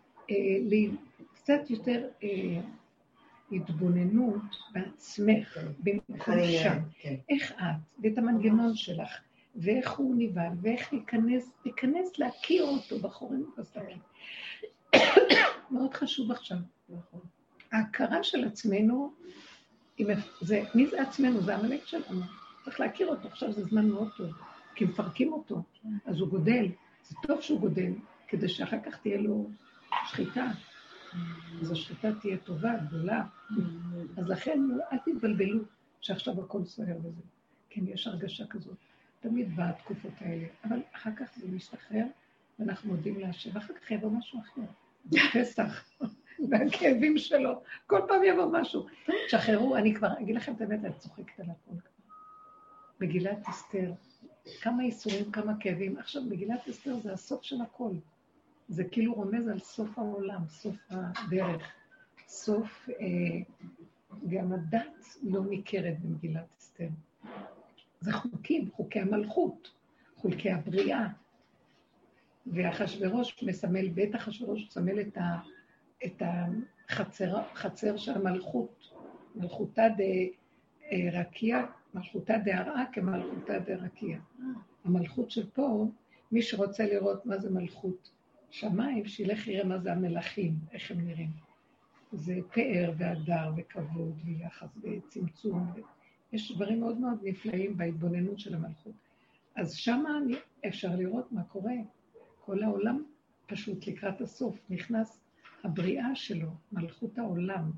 קצת יותר התבוננות בעצמך, במקום שם. איך את, ואת המנגנון שלך, ואיך הוא ניבל, ואיך להיכנס להכיר אותו בחורים ובסדקים. מאוד חשוב עכשיו. ההכרה של עצמנו, מי זה עצמנו? זה המלך שלנו. צריך להכיר אותו, עכשיו זה זמן מאוד טוב, כי מפרקים אותו, אז הוא גודל, זה טוב שהוא גודל, כדי שאחר כך תהיה לו שחיטה. אז השחיטה תהיה טובה, גדולה. אז לכן אל תתבלבלו שעכשיו הכל סוער וזה. כן, יש הרגשה כזאת. תמיד בתקופות האלה. אבל אחר כך זה משתחרר, ואנחנו מודים להשם. אחר כך יבוא משהו אחר. זה פסח. והכאבים שלו. כל פעם יבוא משהו. תשחררו, אני כבר אגיד לכם את האמת, אני צוחקת על הכל. מגילת אסתר. כמה איסורים, כמה כאבים. עכשיו, מגילת אסתר זה הסוף של הכל. זה כאילו רומז על סוף העולם, סוף הדרך. סוף, גם הדת לא ניכרת במגילת אסתר. זה חוקים, חוקי המלכות, חוקי הבריאה. והאחשוורוש מסמל, בית האחשוורוש מסמל את החצר של המלכות. מלכותה דרקיע, מלכותה דהרעה כמלכותה דרקיע. המלכות של פה, מי שרוצה לראות מה זה מלכות שמיים, שילך יראה מה זה המלכים, איך הם נראים. זה פאר והדר וכבוד ויחס וצמצום. יש דברים מאוד מאוד נפלאים בהתבוננות של המלכות. אז שמה אפשר לראות מה קורה. כל העולם פשוט לקראת הסוף נכנס הבריאה שלו, מלכות העולם.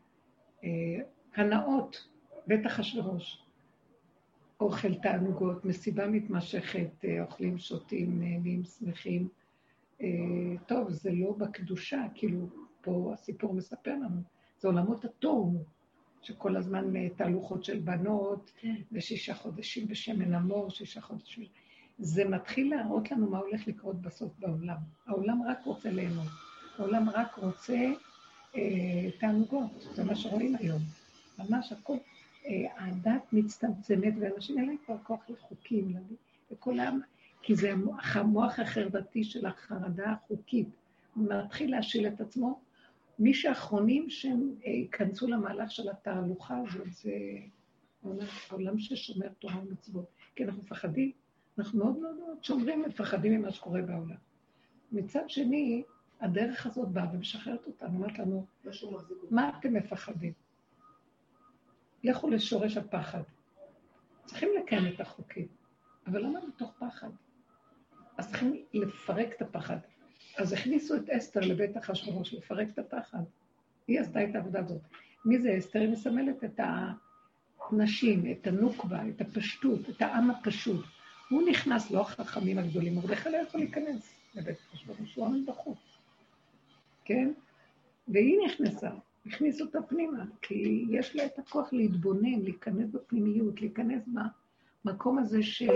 הנאות, בית אחשוורוש, אוכל תענוגות, מסיבה מתמשכת, אוכלים, שותים, נהנים, שמחים. טוב, זה לא בקדושה, כאילו פה הסיפור מספר לנו, זה עולמות התוהו, שכל הזמן תהלוכות של בנות, ו6 חודשים בשמן המור, 6 חודשים. זה מתחיל להראות לנו מה הולך לקרות בסוף בעולם. העולם רק רוצה ליהנות, העולם רק רוצה תענוגות, זה מה שרואים היום. ממש הכל, הדת מצטמצמת, ואנשים אין להם כבר כוח לחוקים, וכל העם, כי זה המוח החרדתי של החרדה החוקית. הוא מתחיל להשיל את עצמו. מי שאחרונים שהם ייכנסו למהלך של התהלוכה הזאת, זה העולם ששומר תורה ומצוות. כי אנחנו מפחדים, אנחנו מאוד מאוד מאוד שומרים, מפחדים ממה שקורה בעולם. מצד שני, הדרך הזאת באה ומשחררת אותנו, אומרת לנו, מה אתם מפחדים? לכו לשורש הפחד. צריכים לקיים את החוקים, אבל למה בתוך פחד? אז צריכים לפרק את הפחד. אז הכניסו את אסתר לבית אחשוורוש, לפרק את הפחד. היא עשתה את העבודה הזאת. מי זה אסתר? היא מסמלת את הנשים, את הנוקבה, את הפשטות, את העם הפשוט. הוא נכנס, לא החכמים הגדולים, מרדכי לא יכול להיכנס לבית אחשוורוש, הוא עמד בחוץ. כן? והיא נכנסה, הכניסו אותה פנימה, כי יש לה את הכוח להתבונן, להיכנס בפנימיות, להיכנס במקום הזה של...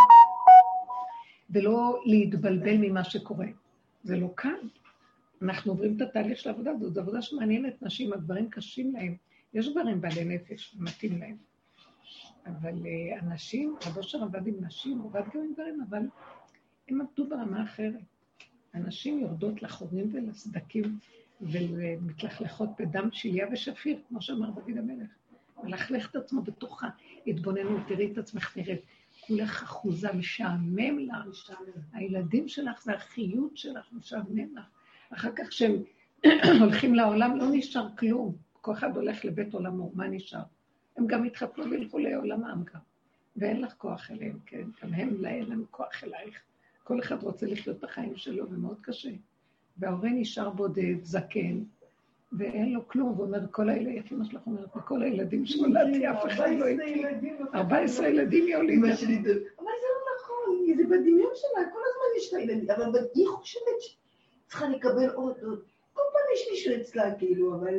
ולא להתבלבל ממה שקורה. זה לא קל. אנחנו עוברים את התהליך של העבודה הזאת, זו עבודה שמעניינת נשים, הדברים קשים להם. יש דברים בעלי נפש, מתאים להם. אבל אנשים, רבו שרבד עם נשים, עובד גם עם דברים, אבל הם עבדו ברמה אחרת. הנשים יורדות לחורים ולסדקים, ומתלכלכות בדם שליה ושפיר, כמו שאמר דוד המלך. ולכלך את עצמו בתוכה, התבוננו, תראי את עצמך נראית. כולך אחוזה, משעמם לך. הילדים שלך זה החיות שלך, משעמם לך. אחר כך שהם הולכים לעולם, לא נשאר כלום. כל אחד הולך לבית עולמו, מה נשאר? הם גם התחתנו וילכו לעולמם גם. ואין לך כוח אליהם, כן? גם הם, אין לנו כוח אלייך. כל אחד רוצה לחיות את החיים שלו, ומאוד קשה. וההורה נשאר בודד, זקן, ואין לו כלום, ואומר, כל הילדים, איך אמא שלך אומרת, וכל הילדים שנולדתי, אף אחד לא איתי. 14 ילדים היא הולידה. אבל זה לא נכון, זה בדמיון שלה, כל הזמן יש לה ילדים, אבל היא חושבת שצריכה לקבל עוד. כל פעם יש מישהו אצלה, כאילו, אבל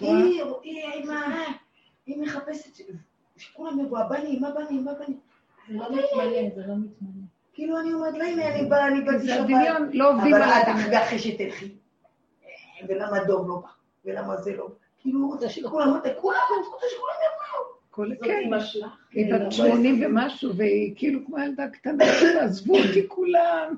היא מחפשת, שכולם יבואו, הבנים, הבנים, הבנים. זה לא מתמלא, זה לא מתמלא. כאילו אני אומרת לה, הנה אני באה, אני באתי זה שבת. הדמיון, לא עובדים על הדמיון. אבל אחרי שתלכי. ולמה דוב לא בא, ולמה זה לא בא. כאילו הוא רוצה שכולם, רוצה שכולם יבואו. כן, היא בת 80 ומשהו, והיא כאילו כמו ילדה קטנה, עזבו אותי כולם.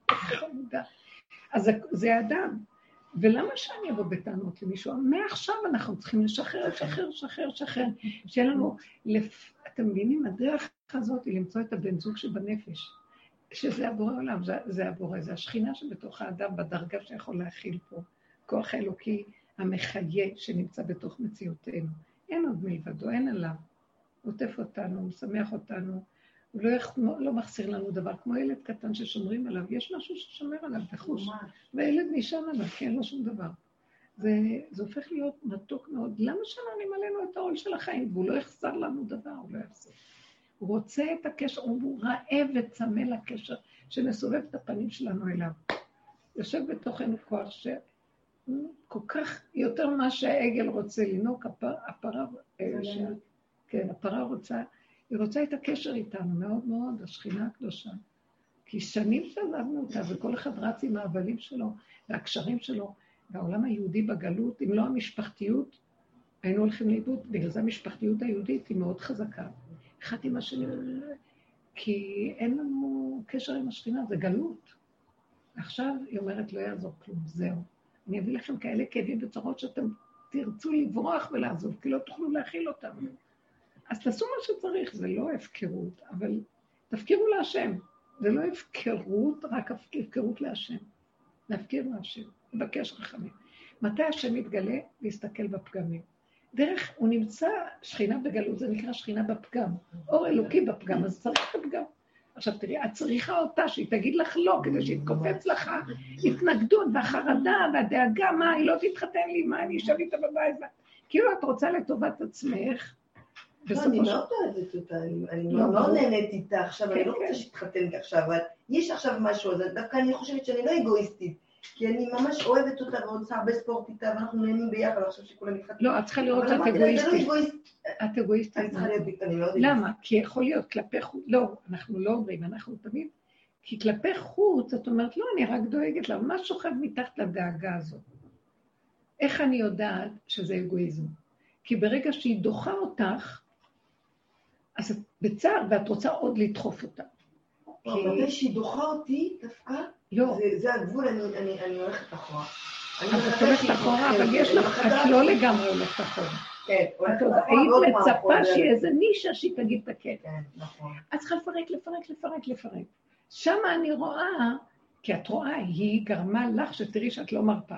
אז זה האדם. ולמה שאני אבוא בטענות למישהו? מעכשיו אנחנו צריכים לשחרר. שיהיה לנו, אתם מבינים, הדרך הזאת היא למצוא את הבן זוג שבנפש. שזה הבורא עולם, זה הבורא, זה השכינה שבתוך האדם, בדרגה שיכול להכיל פה. כוח האלוקי המחיה שנמצא בתוך מציאותנו. אין עוד מלבדו, אין עליו. עוטף אותנו, משמח אותנו, הוא לא מחסיר לנו דבר, כמו ילד קטן ששומרים עליו, יש משהו ששומר עליו בחוש, והילד נשען עליו, כי אין לו שום דבר. זה הופך להיות מתוק מאוד. למה שנענים עלינו את העול של החיים? והוא לא יחסר לנו דבר, הוא לא יחסר. הוא רוצה את הקשר, הוא רעב וצמא לקשר, שמסובב את הפנים שלנו אליו. יושב בתוכנו כוח שכל כך, יותר מה שהעגל רוצה לנוק, הפרה רוצה, היא רוצה את הקשר איתנו מאוד מאוד, השכינה הקדושה. כי שנים שעזבנו אותה, וכל אחד רץ עם העבלים שלו, והקשרים שלו, והעולם היהודי בגלות, אם לא המשפחתיות, היינו הולכים לאיבוד, בגלל זה המשפחתיות היהודית היא מאוד חזקה. אחד עם השני, כי אין לנו קשר עם השכינה, זה גלות. עכשיו היא אומרת, לא יעזור כלום, זהו. אני אביא לכם כאלה כאבים וצרות שאתם תרצו לברוח ולעזוב, כי לא תוכלו להכיל אותם. אז תעשו מה שצריך, זה לא הפקרות, אבל תפקירו להשם. זה לא הפקרות, רק הפקרות להשם. להפקיר להשם, לבקש רחמים. מתי השם מתגלה? להסתכל בפגמים. דרך, הוא נמצא שכינה בגלות, זה נקרא שכינה בפגם. אור אלוקי בפגם, אז צריך בפגם. עכשיו תראי, את צריכה אותה שהיא תגיד לך לא, כדי שיתקופץ לך התנגדות והחרדה והדאגה, מה, היא לא תתחתן לי, מה, אני אשב איתה בבית. כאילו את רוצה לטובת עצמך. אני מאוד אוהבת אותה, אני לא נהנית איתה עכשיו, אני לא רוצה שתתחתן עכשיו, אבל יש עכשיו משהו, אז דווקא אני חושבת שאני לא אגואיסטית, כי אני ממש אוהבת אותה ועושה הרבה ספורט איתה, ואנחנו נהנים ביחד, עכשיו שכולם מתחתנים. לא, את צריכה לראות שאת אגואיסטית. את אגואיסטית. אני צריכה להיות אני מאוד אגואיסטית. למה? כי יכול להיות כלפי חוץ, לא, אנחנו לא אומרים, אנחנו תמיד, כי כלפי חוץ, את אומרת, לא, אני רק דואגת לה, מה שוכב מתחת לדאגה הזאת? איך אני יודעת שזה אגואיזם? כי ברגע שהיא דוחה אותך, אז את בצער, ואת רוצה עוד לדחוף אותה. אבל שהיא דוחה אותי, דווקא, זה הגבול, אני הולכת אחורה. את הולכת אחורה, אבל יש לך, את לא לגמרי הולכת אחורה. כן, את היית מצפה שהיא איזה נישה שהיא תגיד את הקטע. כן, נכון. את צריכה לפרק. שם אני רואה, כי את רואה, היא גרמה לך שתראי שאת לא מרפה.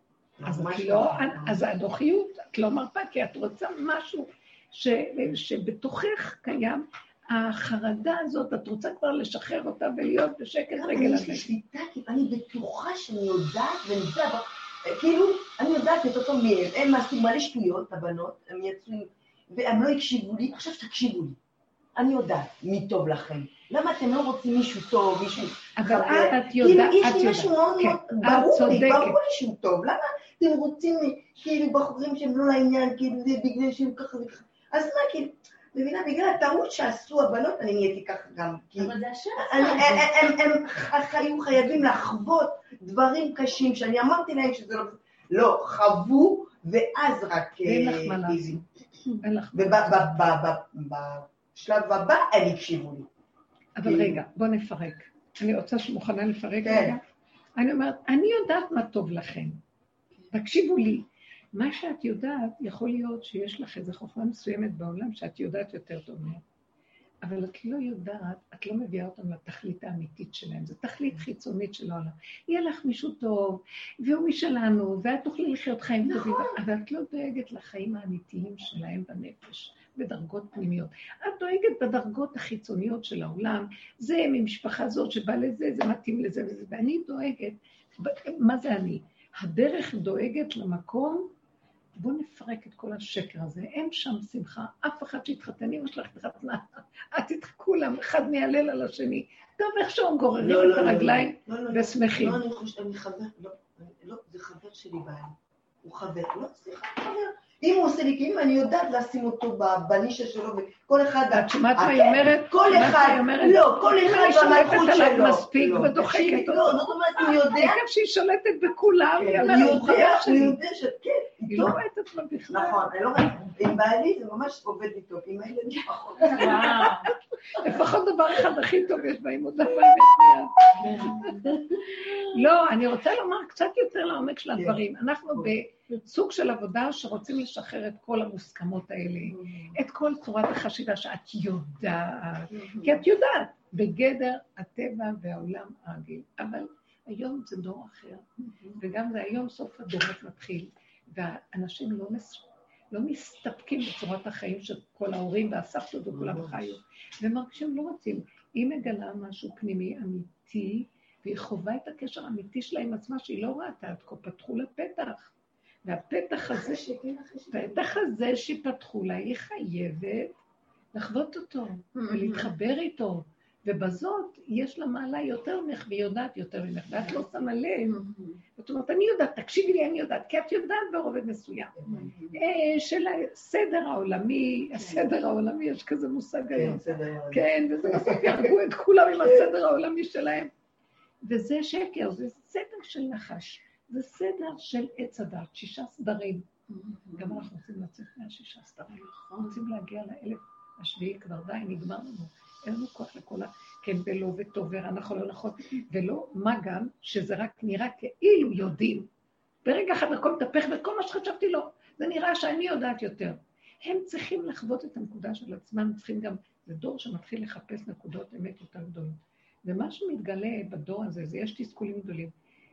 אז הדוחיות, את לא מרפה, כי את רוצה משהו שבתוכך קיים, החרדה הזאת, את רוצה כבר לשחרר אותה ולהיות בשקט רגל הזה. אני שליטה, כי אני בטוחה שאני יודעת, כאילו, אני יודעת את אותו מהם, הם מעשו מלא שטויות, הבנות, הם יצאו, והם לא הקשיבו לי, עכשיו תקשיבו לי. אני יודעת מי טוב לכם. למה אתם לא רוצים מישהו טוב, מישהו אבל את יודעת, יש לי משהו מאוד ברור לי שהוא טוב. למה אתם רוצים, כאילו, בחורים שהם לא לעניין, כאילו, זה בגלל שהם ככה וככה. אז מה, כאילו, מבינה, בגלל הטעות שעשו הבנות, אני נהייתי ככה גם. אבל זה השם. הם היו חייבים לחוות דברים קשים, שאני אמרתי להם שזה לא, חוו, ואז רק... אין לך מה לעשות. בשלב הבא, הם הקשיבו לי. אבל רגע, בוא נפרק. אני רוצה שמוכנה לפרק רגע. אני אומרת, אני יודעת מה טוב לכם. תקשיבו לי. מה שאת יודעת, יכול להיות שיש לך איזו חוכמה מסוימת בעולם שאת יודעת יותר טוב מהם. אבל את לא יודעת, את לא מביאה אותם לתכלית האמיתית שלהם. זו תכלית חיצונית של העולם. יהיה לך מישהו טוב, והוא משלנו, ואת תוכלי לחיות חיים טובים, אבל את לא דואגת לחיים האמיתיים שלהם בנפש, בדרגות פנימיות. את דואגת בדרגות החיצוניות של העולם, זה ממשפחה זאת שבא לזה, זה מתאים לזה וזה, ואני דואגת, מה זה אני? הדרך דואגת למקום, בוא נפרק את כל השקר הזה, אין שם שמחה, אף אחד שהתחתן, אמא שלך התחתנה, את תתחכו להם, אחד מילל על השני, טוב איכשהו גוררים את הרגליים ושמחים. לא, אני חבר, לא, זה חבר שלי בעיה, הוא חבר, לא, סליחה, חבר. אם הוא עושה לי, כאילו אני יודעת לשים אותו בנישה שלו, וכל אחד... את שומעת מה היא אומרת? כל אחד, לא, כל אחד במלכות שלו. מספיק ודוחקת אותו. לא, זאת אומרת, הוא יודע... אגב שהיא שולטת בכולם, הוא יודע שכן, היא לא רואה את עצמה בכלל. נכון, אני לא רואה, עם בעלי זה ממש עובד לי טוב, עם הילדים פחות. לפחות דבר אחד הכי טוב יש בה, עם עוד דבר מיד. לא, אני רוצה לומר קצת יותר לעומק של הדברים. אנחנו בסוג של עבודה שרוצים לשחרר את כל המוסכמות האלה, את כל צורת החשיבה שאת יודעת, כי את יודעת, בגדר הטבע והעולם הרגיל. אבל היום זה דור אחר, וגם זה היום סוף הדורות מתחיל, והאנשים לא מסתפקים בצורת החיים של כל ההורים והסבתות וכולם חיו. ומרגישים לא רוצים. היא מגלה משהו פנימי אמיתי, והיא חובה את הקשר האמיתי שלה עם עצמה, שהיא לא ראתה עד כה, פתחו לה פתח. והפתח הזה שפתחו לה, היא חייבת לחוות אותו, ולהתחבר איתו. ובזאת יש לה מעלה יותר ממך, והיא יודעת יותר ממך, ואת לא שמה לב. זאת אומרת, אני יודעת, תקשיבי לי, אני יודעת, כי את יודעת ברובד מסוים. של הסדר העולמי, הסדר העולמי, יש כזה מושג היום. כן, וזה בסוף ירגו את כולם עם הסדר העולמי שלהם. וזה שקר, זה סדר של נחש, זה סדר של עץ הדת, 6 סדרים. גם אנחנו רוצים לצאת מה6 סדרים, רוצים להגיע ל1000 השביעי, כבר די, נגמר לנו. אין לנו כוח לכל כן ולא וטוב ורע, נכון לא נכון, ולא מה גם שזה רק נראה כאילו יודעים. ברגע אחד הכל מתהפך וכל מה שחשבתי לא, זה נראה שאני יודעת יותר. הם צריכים לחוות את הנקודה של עצמם, צריכים גם, זה דור שמתחיל לחפש נקודות אמת יותר גדולות. ומה שמתגלה בדור הזה, זה יש תסכולים גדולים,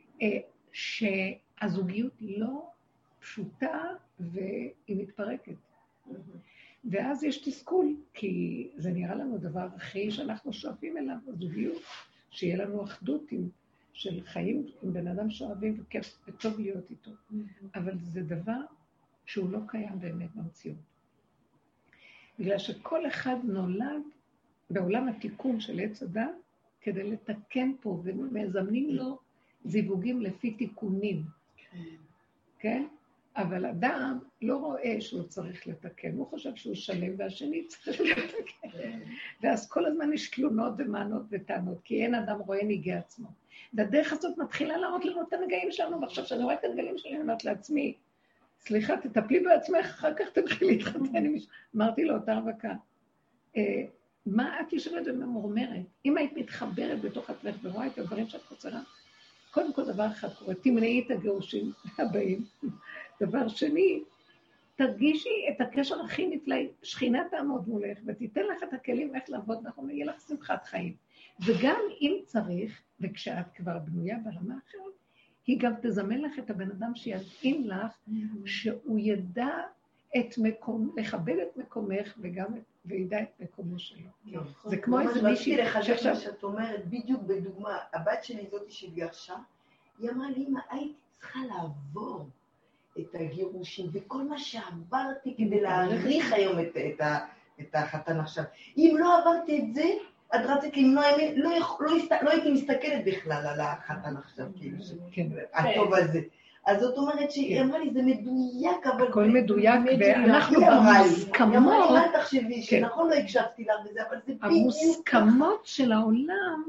שהזוגיות לא פשוטה והיא מתפרקת. ואז יש תסכול, כי זה נראה לנו דבר הכי שאנחנו שואפים אליו, הזוגיות, שיהיה לנו אחדות של חיים עם בן אדם שאוהבים וכיף וטוב להיות איתו. אבל זה דבר שהוא לא קיים באמת במציאות. בגלל שכל אחד נולד בעולם התיקון של עץ הדת, כדי לתקן פה, ומזמנים לו זיווגים לפי תיקונים. כן? אבל אדם לא רואה שהוא צריך לתקן, הוא חושב שהוא שלם והשני צריך לתקן. ואז כל הזמן יש תלונות ומענות וטענות, כי אין אדם רואה ניגי עצמו. והדרך הזאת מתחילה להראות לנו את הנגעים שלנו, ועכשיו שאני רואה את הנגעים שלי, אני אומרת לעצמי, סליחה, תטפלי בעצמך, אחר כך תתחיל להתחתן עם מישהו. אמרתי לו, אותה רווקה, מה את יושבת וממורמרת? אם היית מתחברת בתוך עצמך ורואה את הדברים שאת חסרה, קודם כל דבר אחד קורה, תמנעי את הגירושים הבאים. דבר שני, תרגישי את הקשר הכי נפלא, שכינה תעמוד מולך ותיתן לך את הכלים איך לעבוד נכון, יהיה לך שמחת חיים. וגם אם צריך, וכשאת כבר בנויה ברמה אחרת, היא גם תזמן לך את הבן אדם שידעים לך, שהוא ידע את מקום, לכבד את מקומך וגם וידע את מקומו שלו. זה כמו איזה מישהי שעכשיו... שאת אומרת, בדיוק בדוגמה, הבת שלי זאת שהתגרשה, היא אמרה לי, אמא, הייתי צריכה לעבור את הגירושים, וכל מה שעברתי כדי להעריך היום את החתן עכשיו. אם לא עברתי את זה, את רצית למנוע, לא הייתי מסתכלת בכלל על החתן עכשיו, כאילו, הטוב הזה. אז זאת אומרת שהיא אמרה לי, זה מדויק, אבל... הכל מדויק, ואנחנו במוסכמות... היא אמרה לי, מה תחשבי, שנכון לא הקשבתי לך בזה, אבל זה בדיוק... המוסכמות של העולם,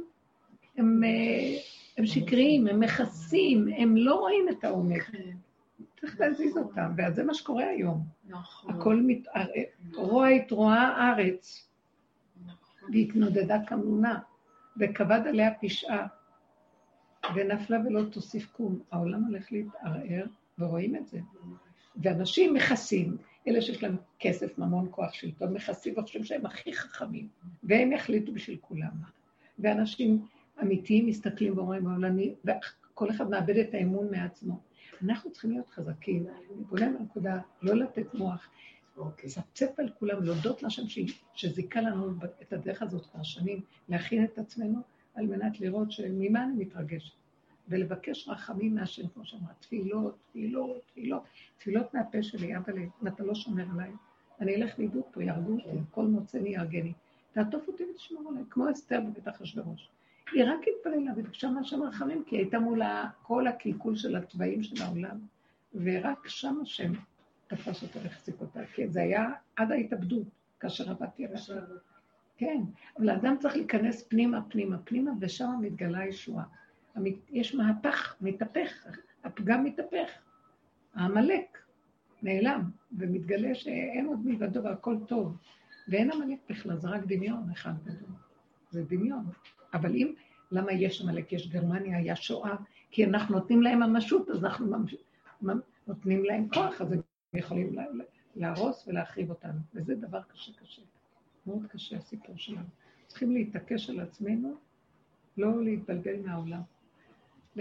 הם שקריים, הם מכסים, הם לא רואים את העומק. צריך להזיז אותם, ואז זה מה שקורה היום. הכל רוע התרועה הארץ, והתנודדה כמונה, וכבד עליה פשעה, ונפלה ולא תוסיף קום. העולם הולך להתערער, ורואים את זה. ואנשים מכסים, אלה שיש להם כסף, ממון, כוח, שלטון, מכסים, וחושבים שהם הכי חכמים, והם יחליטו בשביל כולם. ואנשים אמיתיים מסתכלים ואומרים, וכל אחד מאבד את האמון מעצמו. אנחנו צריכים להיות חזקים, וכולם בנקודה, לא לתת מוח, צפצף על כולם, להודות לשם שזיקה לנו את הדרך הזאת כבר שנים, להכין את עצמנו על מנת לראות שממה אני מתרגשת, ולבקש רחמים מהשם, כמו שאמרה, תפילות, תפילות, תפילות, תפילות מהפה שלי, אבא לי, אם אתה לא שומר עליי, אני אלך לעידות פה, ירגו אותי, כל מוצאני ירגני, תעטוף אותי ותשמור עליי, כמו אסתר בבית אחשוורוש. היא רק התפללה וביקשה מהשם רחמים, כי הייתה מול כל הקלקול של הטבעים של העולם, ורק שם השם תפס אותה והחזיק אותה, כי זה היה עד ההתאבדות, כאשר עבדתי עליה. כן, אבל האדם צריך להיכנס פנימה, פנימה, פנימה, ושם מתגלה ישועה. יש מהפך, מתהפך, הפגם מתהפך, העמלק נעלם, ומתגלה שאין עוד מלבדו והכל טוב, ואין עמלק בכלל, זה רק דמיון אחד גדול, זה דמיון. אבל אם, למה יש עמלק, יש גרמניה, היה שואה, כי אנחנו נותנים להם ממשות, אז אנחנו נותנים להם כוח, אז הם יכולים להרוס ולהחריב אותנו, וזה דבר קשה קשה. מאוד קשה הסיפור שלנו. צריכים להתעקש על עצמנו, לא להתבלבל מהעולם.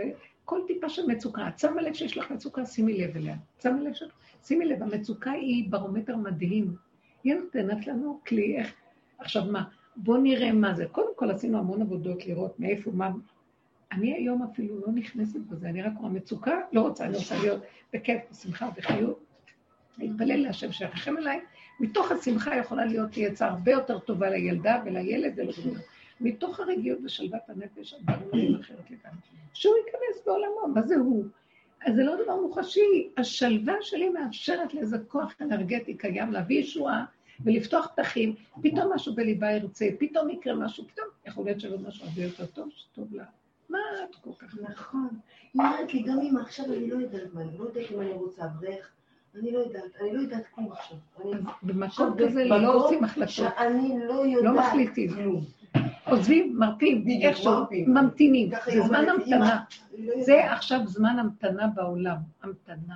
כל טיפה של מצוקה. את שמה לב שיש לך מצוקה, שימי לב אליה. שימי לב, המצוקה היא ברומטר מדהים. היא נותנת לנו כלי, איך... עכשיו מה? בוא נראה מה זה. קודם כל עשינו המון עבודות לראות מאיפה, מה... אני היום אפילו לא נכנסת בזה, אני רק רואה מצוקה, לא רוצה, אני רוצה להיות בכיף, בשמחה ובחיות. להתפלל להשם שירחם עליי. מתוך השמחה יכולה להיות יצא הרבה יותר טובה לילדה ולילד ולכולם. מתוך הרגיעות ושלוות הנפש, הדברים אחרת לגמרי. שהוא ייכנס בעולמו, מה זה הוא? אז זה לא דבר מוחשי. השלווה שלי מאפשרת לאיזה כוח אנרגטי קיים, להביא ישועה ולפתוח פתחים, פתאום משהו בליבה ירצה, פתאום יקרה משהו, פתאום יכול להיות שלא משהו הרבה יותר טוב, שטוב לה. מה את כל כך נכון. היא אומרת לי, גם אם עכשיו אני לא יודעת מה, אני לא יודעת אם אני רוצה אברך, אני לא יודעת כלום עכשיו. במקום כזה לא עושים החלטות. שאני לא יודעת. לא מחליטים. עוזבים, מרפים, איכשהו, ממתינים. זה זמן המתנה. זה עכשיו זמן המתנה בעולם. המתנה.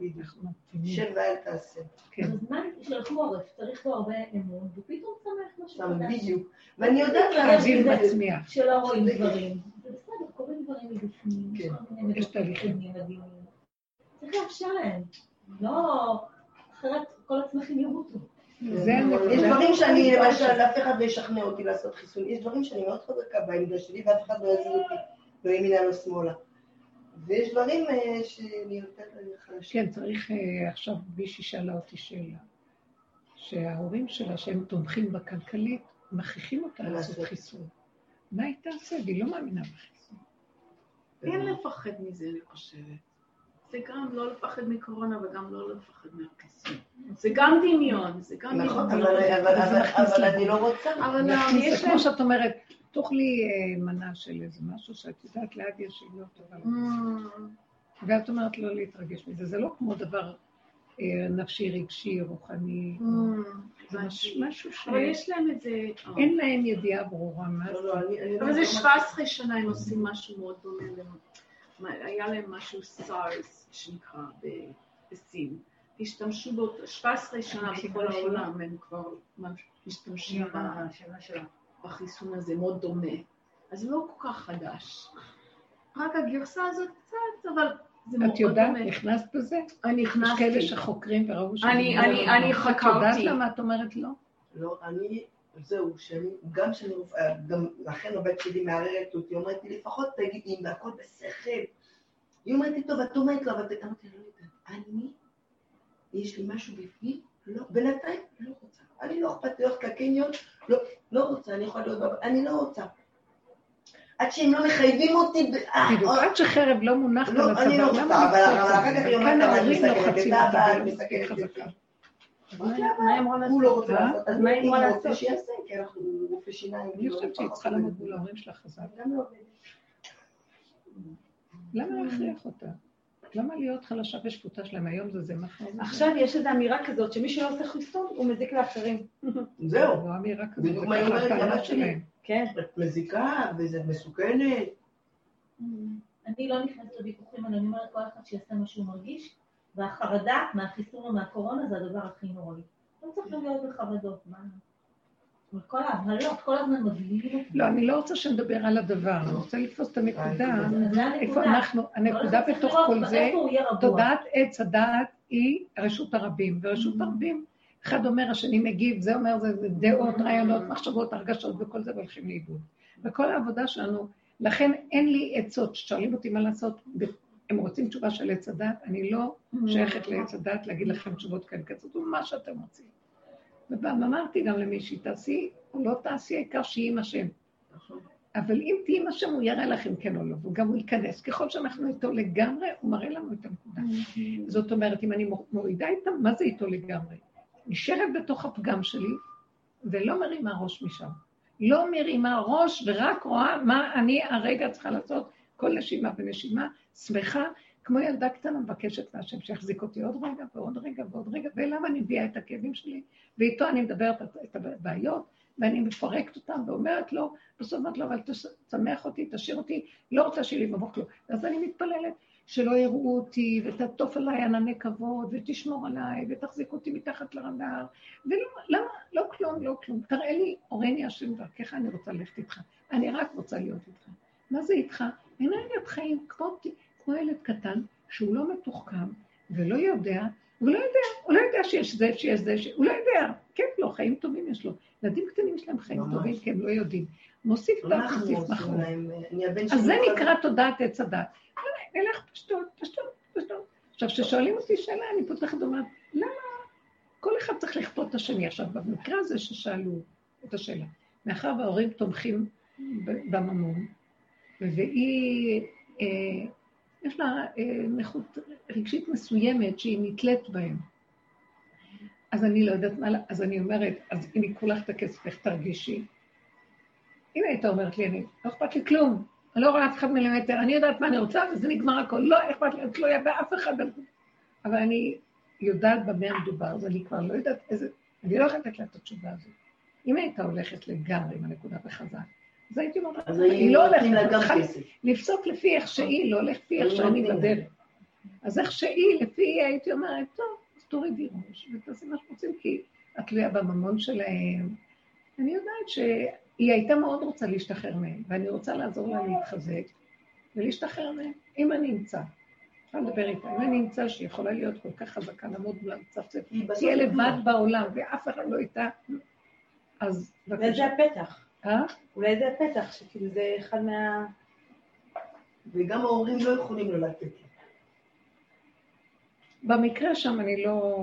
של ואל תעשה. זה זמן של חורף, צריך לו הרבה אמון, ופתאום שמח משהו חדש. בדיוק. ואני יודעת להבין מצמיח. שלא רואים דברים. זה בסדר, קוראים דברים מבפנים. יש תהליכים. צריך לאפשר להם. לא, אחרת כל הצמחים ימותו. יש דברים שאני, למשל, אף אחד לא ישכנע אותי לעשות חיסון. יש דברים שאני מאוד חזקה בעמדה שלי, ואף אחד לא יזיז אותי, לא ימינה, לא שמאלה. ויש דברים שאני נותנת לחלשים. כן, צריך עכשיו מישהי שאלה אותי שאלה, שההורים שלה, שהם תומכים בכלכלית, מכריחים אותה לעשות חיסון. מה היא תעשה? והיא לא מאמינה בחיסון. אין לפחד מזה, אני חושבת. זה גם לא לפחד מקורונה וגם לא לפחד מהחיסון. זה גם דמיון, זה גם דמיון. נכון, אבל אני לא רוצה. אבל יש כמו שאת אומרת, תאכלי מנה של איזה משהו שאת יודעת ליד יש שהיא לא טובה. ואת אומרת לא להתרגש מזה. זה לא כמו דבר נפשי, רגשי, רוחני. זה משהו ש... אבל יש להם את זה... אין להם ידיעה ברורה מה זה. אבל זה 17 שנה הם עושים משהו מאוד דומה. היה להם משהו סארס שנקרא בסין. השתמשו בו 17 שנה בכל העולם, הם כבר משתמשים בחיסון הזה, מאוד דומה. אז לא כל כך חדש. רק הגרסה הזאת קצת, אבל זה מאוד דומה. את יודעת, נכנסת בזה? אני נכנסתי. יש כאלה שחוקרים וראו שזה... אני חקרתי. את יודעת למה את אומרת לא? לא, זהו, גם שאני רופאה, גם לכן הבת שלי מערערת אותי, אומרת לי, לפחות תגידי, אם הכל בשכל. היא אומרת לי, טוב, את אומרת לו, אבל אמרתי, לא יודעת, יש לי משהו בפנים? לא, בינתיים, לא רוצה. אני לא אכפת לי הולכת לקניון, לא רוצה, אני יכולה להיות, אני לא רוצה. עד שהם לא מחייבים אותי... בדיוק, עד שחרב לא מונחת על הצבא, אני לא רוצה, אבל אחר כך היא אומרת, אני מסתכלת חזקה. מה אמרו לעשות? הוא לא רוצה לעשות, אז מה אמרו לעשות? שיעשה, כי אנחנו רופא שיניים. אני חושבת שהיא צריכה לעמוד מול ההורים שלך חזק. גם לא עובדת. למה להכריח אותה? למה להיות חלשה ושפוטה שלהם? היום זה מחר. עכשיו יש איזו אמירה כזאת, שמי שלא עושה חיסון, הוא מזיק לאחרים. זהו. לא אמירה כזאת, זה ככה הטענה שלהם. כן. את מזיקה, וזה מסוכנת. אני לא נכנסת לוויכוחים, אני אומרת כל אחד שיעשה מה שהוא מרגיש, והחרדה מהחיסון או מהקורונה זה הדבר הכי נוראי. לא צריך להיות בחרדות, מה? כל ההבהלות, כל הזמן מבליגים. לא, אני לא רוצה שנדבר על הדבר, אני רוצה לתפוס את הנקודה. איפה אנחנו, הנקודה בתוך כל זה, תודעת עץ הדעת היא רשות הרבים, ורשות הרבים, אחד אומר, השני מגיב, זה אומר, זה דעות, רעיונות, מחשבות, הרגשות וכל זה, והולכים לאיבוד. וכל העבודה שלנו, לכן אין לי עצות, ששואלים אותי מה לעשות, הם רוצים תשובה של עץ הדעת, אני לא שייכת לעץ הדעת להגיד לכם תשובות כאלה, כזאת, מה שאתם רוצים. ואמרתי גם למישהי, תעשי או לא תעשי, העיקר שיהיה עם השם. אבל אם תהיה עם השם, הוא יראה לכם כן או לא, וגם הוא ייכנס. ככל שאנחנו איתו לגמרי, הוא מראה לנו את הנקודה. זאת אומרת, אם אני מורידה איתה, מה זה איתו לגמרי? נשארת בתוך הפגם שלי, ולא מרימה ראש משם. לא מרימה ראש, ורק רואה מה אני הרגע צריכה לעשות, כל נשימה ונשימה, שמחה, כמו ילדה קטנה מבקשת מהשם שיחזיק אותי עוד רגע ועוד רגע ועוד רגע, ולמה אני מביאה את הכאבים שלי, ואיתו אני מדברת את הבעיות, ואני מפרקת אותם ואומרת לו, בסוף אומרת לו, אבל תשמח אותי, תשאיר אותי, לא רוצה שיהיה לי מבוק לו. אז אני מתפללת שלא יראו אותי, ותטוף עליי ענני כבוד, ותשמור עליי, ותחזיק אותי מתחת לרדאר, ולמה? לא כלום, לא כלום. תראה לי, אורני השם דרכך, אני רוצה ללכת איתך. אני רק רוצה להיות איתך. מה זה איתך? אנרגיית חיים, כמו כמו ילד קטן, שהוא לא מתוחכם ולא יודע, הוא לא יודע שיש זה, הוא לא יודע, כן, לא, חיים טובים יש לו. ילדים קטנים יש להם חיים טובים, כי הם לא יודעים. מוסיף דעת, מוסיף מחור. אז זה נקרא תודעת עץ הדת. נלך פשטות. עכשיו, כששואלים אותי שאלה, אני פותחת ואומרת, למה כל אחד צריך לכפות את השני? עכשיו, במקרה הזה ששאלו את השאלה, מאחר וההורים תומכים בממון, והיא, יש לה נכות רגשית מסוימת שהיא נתלית בהם. אז אני לא יודעת מה, אז אני אומרת, אז אם יקחו לך את הכסף, איך תרגישי? אם היית אומרת לי, אני לא אכפת לי כלום, אני לא רואה אף אחד מילימטר, אני יודעת מה אני רוצה, וזה נגמר הכל, לא אכפת לי, את לא יהיה באף אחד. אבל אני יודעת במה המדובר, אז אני כבר לא יודעת איזה, אני לא יכולת לה את התשובה הזאת. אם הייתה הולכת לגמרי עם הנקודה בחזק, אז הייתי אומרת, היא לא הולכת, לפסוק לפי איך שהיא, לא הולכת לפי איך שאני בדרך. אז איך שהיא, לפי הייתי אומרת, טוב, אז תורידי ראש, ותעשי מה שרוצים, כי את תלויה בממון שלהם. אני יודעת שהיא הייתה מאוד רוצה להשתחרר מהם, ואני רוצה לעזור לה להתחזק, ולהשתחרר מהם, אם אני אמצא. אפשר לדבר איתה, אם אני אמצא שהיא יכולה להיות כל כך חזקה, לעמוד מולה מצפצף, תהיה לבד בעולם, ואף אחד לא איתה, אז... אולי זה הפתח. אולי זה הפתח, שכאילו זה אחד מה... וגם ההורים לא יכולים לא לתת לי. במקרה שם אני לא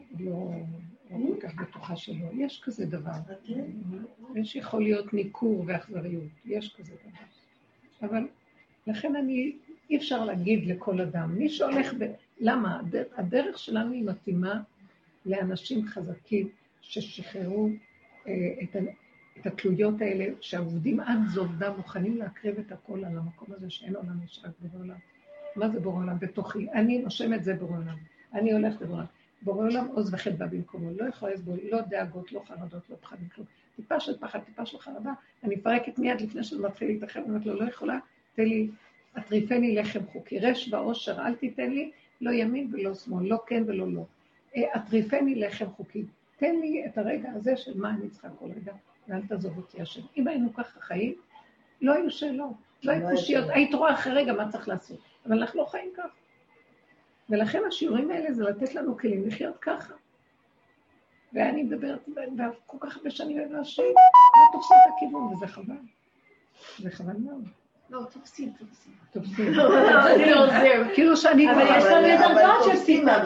כל כך בטוחה שלא. יש כזה דבר. יש יכול להיות ניכור ואכזריות. יש כזה דבר. אבל לכן אי אפשר להגיד לכל אדם. מי שהולך למה? הדרך שלנו היא מתאימה לאנשים חזקים ששחררו את התלויות האלה, שהעובדים עד זובדם מוכנים להקריב את הכל על המקום הזה שאין עולם, יש רק בורא עולם. מה זה בורא עולם? בתוכי. אני נושמת זה בורא עולם. אני הולכת לבורא עולם. בורא עולם עוז וחדווה במקומו. לא יכול לסבול, לא דאגות, לא חרדות, לא פחדים, כלום. טיפה של פחד, טיפה של חרדה. אני מפרקת מיד לפני שאני מתחיל להתאחר, אומרת לו, לא יכולה, תן לי, אטריפני לחם חוקי. רש ועושר, אל תיתן לי, לא ימין ולא שמאל, לא כן ולא לא. אטריפני לחם חוקי. תן לי את הרגע הזה של מה אני צריכה כל רגע, ואל תעזוב אותי השם. אם היינו ככה חיים, לא היו שאלות, לא היו קושיות, היית רואה אחרי רגע מה צריך לעשות. אבל אנחנו לא חיים ככה. ולכן השיעורים האלה זה לתת לנו כלים לחיות ככה. ואני מדברת כל כך הרבה שנים ואנשים, לא תופסים את הכיוון, וזה חבל. זה חבל מאוד. לא, תופסים. אני לא עוזר. כאילו שאני... אבל יש כל מיני דרגות של סימה.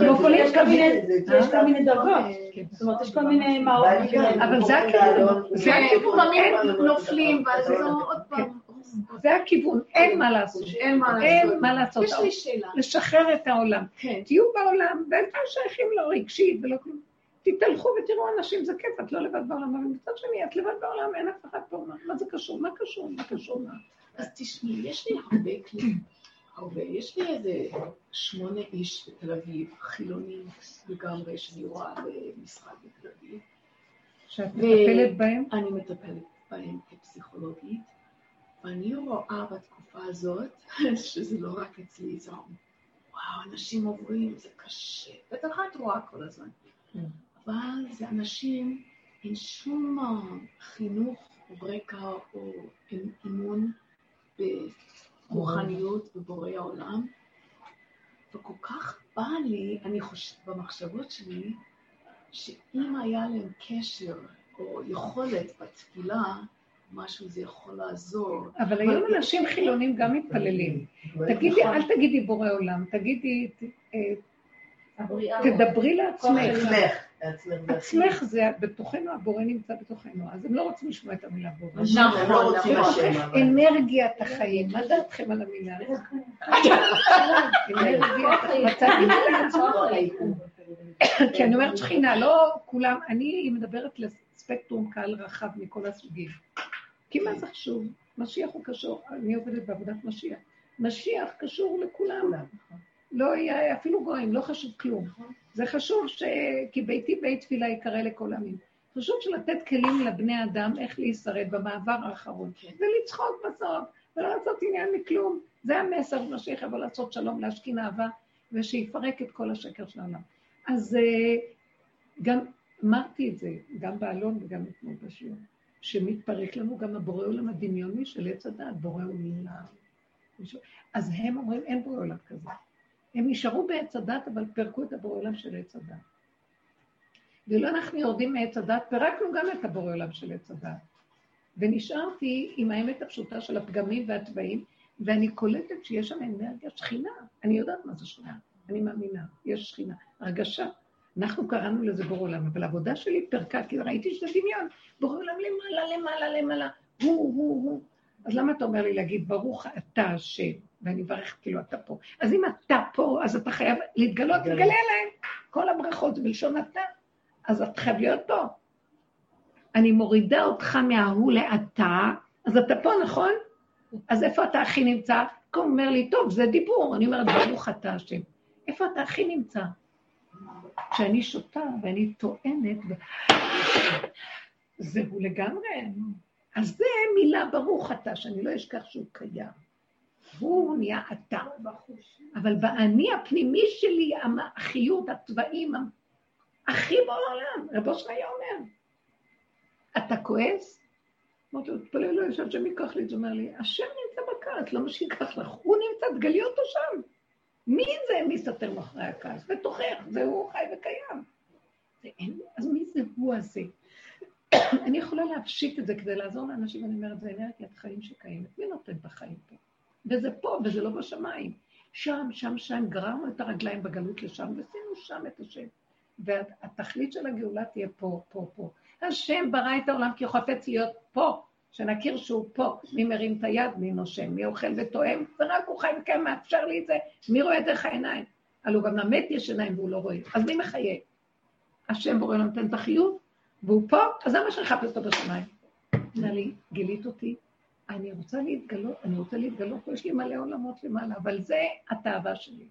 יש כל מיני דרגות. זאת אומרת, יש כל מיני מעות. אבל זה הכיוון. זה הכיוון. לפעמים נופלים, ואז זה עוד פעם. זה הכיוון, אין מה לעשות. אין מה לעשות. יש לי שאלה. לשחרר את העולם. תהיו בעולם, ואין פעם שייכים לא רגשית ולא כלום. תתהלכו ותראו אנשים, זה כיף, את לא לבד בעולם, אבל מצד שני, את לבד בעולם, אין אף אחד פה. מה זה קשור? מה קשור? אז תשמעי, יש לי הרבה כלים. יש לי איזה 8 איש בתל אביב, חילונים לגמרי, שאני רואה במשרד בתל אביב. שאת מטפלת בהם? אני מטפלת בהם כפסיכולוגית, ואני רואה בתקופה הזאת, שזה לא רק אצלי, זה וואו, אנשים עוברים, זה קשה. בטח את רואה כל הזמן. אבל זה אנשים עם שום חינוך או רקע או אימון ברוחניות בבורא העולם, וכל כך בא לי, אני חושבת במחשבות שלי, שאם היה להם קשר או יכולת בתפילה, משהו זה יכול לעזור. אבל היום אנשים חילונים גם מתפללים. תגידי, אל תגידי בורא עולם, תגידי, תדברי לעצמך. עצמך זה בתוכנו, הבורא נמצא בתוכנו, אז הם לא רוצים לשמוע את המילה בורא. נכון. אנרגיית החיים, מה דעתכם על המילה? אנרגיית החיים. כי אני אומרת שכינה, לא כולם, אני מדברת לספקטרום קהל רחב מכל הסוגים. כי מה זה חשוב? משיח הוא קשור, אני עובדת בעבודת משיח. משיח קשור לכולם. לא יהיה אפילו גויים, לא חשוב כלום. זה חשוב כי ביתי בית תפילה יקרא לכל עמים. חשוב שלתת כלים לבני אדם איך להישרד במעבר האחרון. ולצחוק בסוף, ולא לעשות עניין מכלום. זה המסר משיח יבוא לעשות שלום, להשכין אהבה, ושיפרק את כל השקר של העולם. אז גם אמרתי את זה, גם באלון וגם אתמול בשיעור, שמתפרק לנו גם הבורא עולם הדמיוני של עץ הדעת, בורא עולם. אז הם אומרים, אין בורא עולם כזה. הם נשארו בעץ הדת, אבל פרקו את הבורא עולם של עץ הדת. ולא אנחנו יורדים מעץ הדת, פרקנו גם את הבורא עולם של עץ הדת. ונשארתי עם האמת הפשוטה של הפגמים והטבעים, ואני קולטת שיש שם אנרגיה שכינה. אני יודעת מה זה שכינה, אני מאמינה, יש שכינה, הרגשה. אנחנו קראנו לזה בורא עולם, אבל העבודה שלי פרקה, כי ראיתי שזה דמיון, בורא עולם למעלה, למעלה, למעלה, הוא. אז למה אתה אומר לי להגיד, ברוך אתה השם, ואני מברך כאילו אתה פה. אז אם אתה פה, אז אתה חייב להתגלות, תגלה עליהם. כל הברכות זה בלשון אתה, אז אתה חייב להיות פה. אני מורידה אותך מההוא לאתה, אז אתה פה, נכון? אז איפה אתה הכי נמצא? הוא אומר לי, טוב, זה דיבור. אני אומרת, ברוך אתה השם. איפה אתה הכי נמצא? כשאני שותה ואני טוענת, זהו לגמרי. אז זה מילה ברוך אתה, שאני לא אשכח שהוא קיים. הוא נהיה אתה. אבל באני הפנימי שלי, החיות, הטבעים, הכי בעולם, רבו שהיה אומר, אתה כועס? אמרתי לו, תפלל לו, יש השם ייקח לי, זה אומר לי, השם נמצא בכעס, לא מה שיקח לך, הוא נמצא, תגלי אותו שם. מי זה מי סתר מאחורי הכעס? בתוכך, זהו חי וקיים. אז מי זה הוא הזה? אני יכולה להפשיט את זה כדי לעזור לאנשים, אני אומרת, זה אנרגיית חיים שקיימת. מי נותן בחיים פה? וזה פה, וזה לא בשמיים. שם, גררנו את הרגליים בגלות לשם, ושינו שם את השם. והתכלית של הגאולה תהיה פה. השם ברא את העולם כי הוא חפץ להיות פה, שנכיר שהוא פה. מי מרים את היד, מי נושם, מי אוכל ותואם, ורק הוא חי וכן מאפשר לי את זה. מי רואה דרך העיניים? הלוא גם למת יש עיניים והוא לא רואה. אז מי מחיה? השם בורא נותן את החיות, והוא פה, אז זה מה שחפש אותו בשמיים. נלי, גילית אותי, אני רוצה להתגלות, יש לי מלא עולמות למעלה, אבל זה התאווה שלי.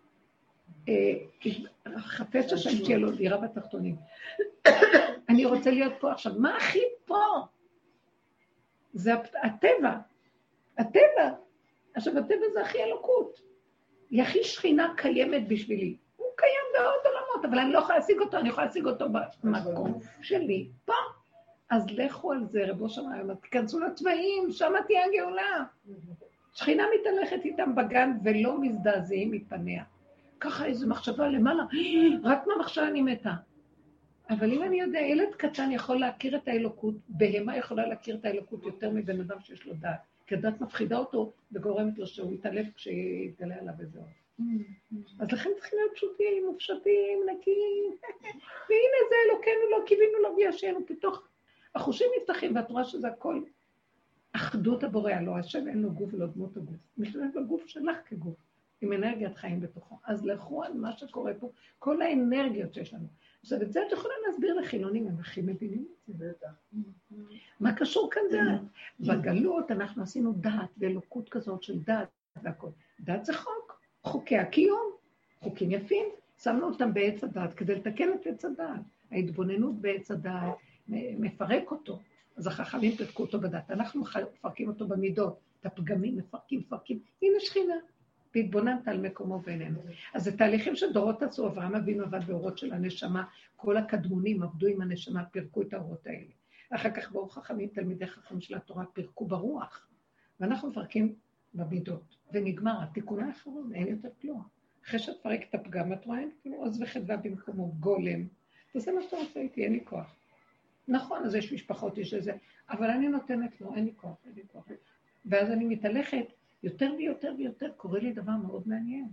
חפש השם תהיה לו דירה בתחתונים. אני רוצה להיות פה עכשיו. מה הכי פה? זה הטבע. עכשיו, הטבע זה הכי אלוקות. היא הכי שכינה קיימת בשבילי. הוא קיים בעוד עולמות, אבל אני לא יכולה להשיג אותו, אני יכולה להשיג אותו במקום שלי. פה. אז לכו על זה, רבו שמיים, תיכנסו לצבעים, שם תהיה הגאולה. שכינה מתהלכת איתם בגן ולא מזדעזעים מפניה. ככה איזו מחשבה למעלה, רק מהמחשבה אני מתה. אבל אם אני יודע, ילד קטן יכול להכיר את האלוקות, בהמה יכולה להכיר את האלוקות יותר מבן אדם שיש לו דעת, כי הדעת מפחידה אותו וגורמת לו שהוא יתעלף כשיתגלה עליו וזהו. אז לכן צריכים להיות פשוטים, מופשטים, נקיים, והנה זה אלוקנו לא, קיווינו לו וישנו, פתאוך החושים נפתחים, ואת רואה שזה הכל אחדות הבורא, לא, השם אין לו גוף ולא דמות הגוף, משתמש בגוף שלך כגוף. עם אנרגיית חיים בתוכו. אז לכו על מה שקורה פה, כל האנרגיות שיש לנו. עכשיו, את זה את יכולה להסביר לחילונים, הם הכי מבינים את זה. מה קשור כאן דעת? בגלות אנחנו עשינו דעת, ואלוקות כזאת של דעת והכל. דעת זה חוק, חוקי הקיום, חוקים יפים, שמנו אותם בעץ הדעת, כדי לתקן את עץ הדעת. ההתבוננות בעץ הדעת מפרק אותו, אז החכמים תתקו אותו בדעת. אנחנו מפרקים אותו במידות, את הפגמים מפרקים. הנה שכינה. והתבוננת על מקומו ואיננו. אז זה תהליכים שדורות עשו, אברהם אבינו עבד באורות של הנשמה, כל הקדמונים עבדו עם הנשמה, פירקו את האורות האלה. אחר כך באו חכמים, תלמידי חכם של התורה, פירקו ברוח, ואנחנו מפרקים במידות, ונגמר, התיקון האחרון, אין יותר כלום. אחרי שאת פרק את הפגם, את רואה, כאילו עוז וחדווה במקומו, גולם, וזה מה שאתה רוצה איתי, אין לי כוח. נכון, אז יש משפחות, יש איזה, אבל אני נותנת לו, אין לי כוח. ואז אני מתהלכת, יותר ויותר קורה לי דבר מאוד מעניין.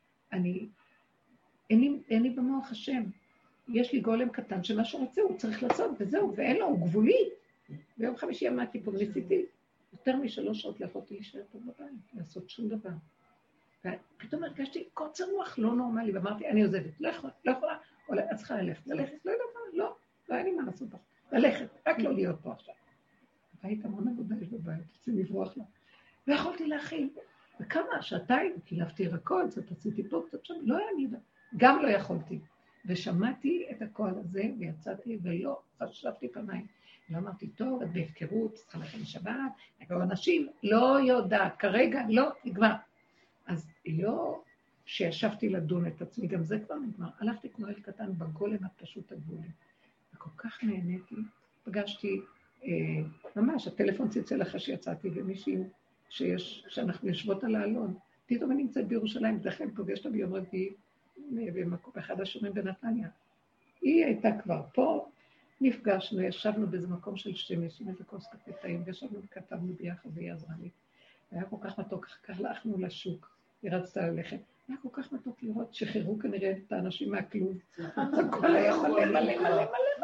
אין לי במוח השם. יש לי גולם קטן שמה שרוצה הוא צריך לעשות, וזהו, ואין לו, הוא גבולי. ביום חמישי עמדתי פה, ניסיתי יותר מ3 שעות יכולתי להישאר פה בבית, לעשות שום דבר. ופתאום הרגשתי קוצר רוח לא נורמלי, ואמרתי, אני עוזבת, לא יכולה, את צריכה ללכת, לא אין לי מה לעשות פה, ללכת, רק לא להיות פה עכשיו. בית המון עבודה יש בבית, רוצים לברוח לה. לא יכולתי להכיל, וכמה שעתיים, קילפתי ירקות, זאת עשיתי פה קצת שם, לא היה לי, גם לא יכולתי. ושמעתי את הקול הזה, ויצאתי, ולא חשבתי פעמיים. לא אמרתי, טוב, את בהפקרות, צריכה לכם שבת, נגעו אנשים, לא יודעת, כרגע לא נגמר. אז לא שישבתי לדון את עצמי, גם זה כבר נגמר. הלכתי כמו אל קטן בגולם הפשוט הגבולי, וכל כך נהניתי, פגשתי, ממש, הטלפון צלצל אחרי שיצאתי, ומישהי שאנחנו יושבות על העלון. פתאום אני נמצאת בירושלים, זה לכם פוגשת ביום רביעי, באחד השיעורים בנתניה. היא הייתה כבר פה, נפגשנו, ישבנו באיזה מקום של שמש, עם איזה כוס קפה טעים, וישבנו וכתבנו ביחד, והיא עזרה לי. היה כל כך מתוק, אחר כך הלכנו לשוק, היא רצתה ללכת. היה כל כך מתוק לראות, שחררו כנראה את האנשים מהכלוב. הכל היה מלא.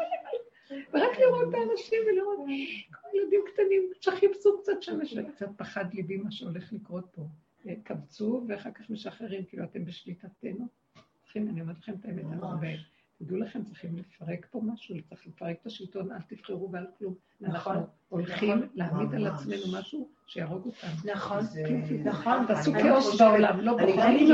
ורק לראות את האנשים ולראות כל ילדים קטנים שחיפשו קצת שמש, וקצת פחד ליבי מה שהולך לקרות פה. קבצו ואחר כך משחררים, כאילו אתם בשליטתנו. אני אומרת לכם את האמת, תדעו לכם, צריכים לפרק פה משהו, צריך לפרק את השלטון, אל תבחרו ועל כלום. אנחנו הולכים להעמיד על עצמנו משהו שירוג אותנו. נכון. תעשו כאוס בעולם, לא בוחרים,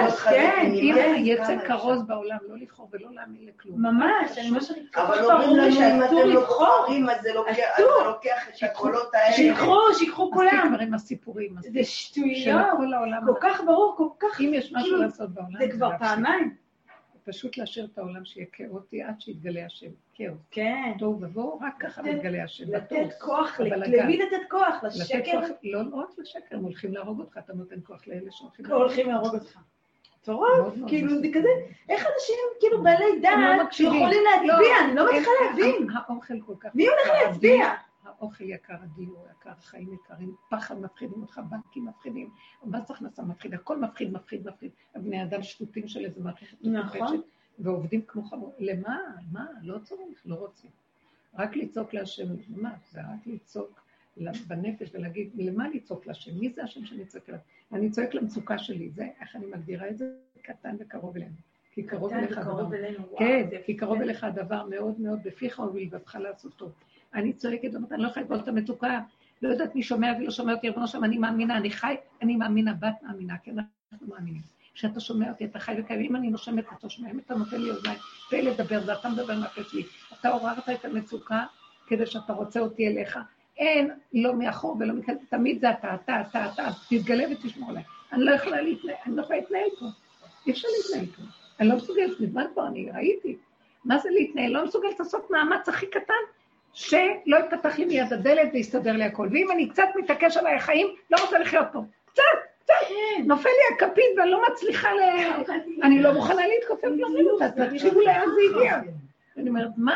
אם יצא כרוז בעולם, לא לבחור ולא להאמין לכלום. ממש, אני ממש... אבל אומרים לנו, אם אתם לא בוחרים, אז זה לוקח את הקולות האלה. שיקחו כולם. מספיק כבר עם הסיפורים. זה שטויות. כל כך ברור, כל כך... אם יש משהו לעשות בעולם, זה כבר פעמיים. פשוט להשאיר את העולם שיהיה כאותי עד שיתגלה השם. כאוס. כן. טוב, ובואו רק ככה מתגלה השם. לתת כוח, למי לתת כוח? לשקר? לא רק לשקר, הם הולכים להרוג אותך, אתה נותן כוח לאלה שהולכים להרוג אותך. טוב, כאילו זה כזה, איך אנשים כאילו בעלי דעת יכולים להצביע? אני לא מצליחה להבין. האוכל כל כך... מי הולך להצביע? האוכל יקר, הדיור יקר, חיים יקרים, פחד מפחידים אותך, בנקים מפחידים, מס הכנסה מפחיד, הכל מפחיד. הבני אדם שטוטים של איזה מערכת מטופשת, ועובדים כמו חמור. למה? מה? לא צריך, לא רוצים. רק לצעוק להשם, מה? זה רק לצעוק בנפש ולהגיד, למה לצעוק להשם? מי זה השם שאני צועק אליו? אני צועק למצוקה שלי, זה איך אני מגדירה את זה? קטן וקרוב אלינו. כי קרוב אליך הדבר. כן, כי קרוב אליך הדבר מאוד מאוד בפיך ולבבך לעשות טוב. אני צועקת, אני לא יכולה לקרוא את המצוקה, לא יודעת מי שומע ולא שומע אותי, רבונו שם, אני מאמינה, אני חי, אני מאמינה, בת מאמינה, כי אנחנו מאמינים. כשאתה שומע אותי, אתה חי וקיים, אם אני נושמת, אתה שומע, אם אתה נותן לי אוזניים, תהיה לדבר, ואתה מדבר מהפה שלי, אתה עוררת את המצוקה, כדי שאתה רוצה אותי אליך, אין, לא מאחור ולא מכאן, תמיד זה אתה, תתגלה ותשמור עליי. אני לא יכולה להתנהל פה, אי אפשר להתנהל פה. אני לא מסוגלת, מזמן פה, אני ראיתי. מה זה להתנהל? לא מסוגלת לעשות מאמץ הכי קטן, שלא יפתח לי מיד הדלת ויסתדר לי הכל. ואם אני קצת מתעקש על החיים, לא רוצה לחיות פה. קצת, נופל לי הכפית ואני לא מצליחה אני לא מוכנה להתכופף למרות, אז תקשיבו לאן זה הגיע. אני אומרת, מה?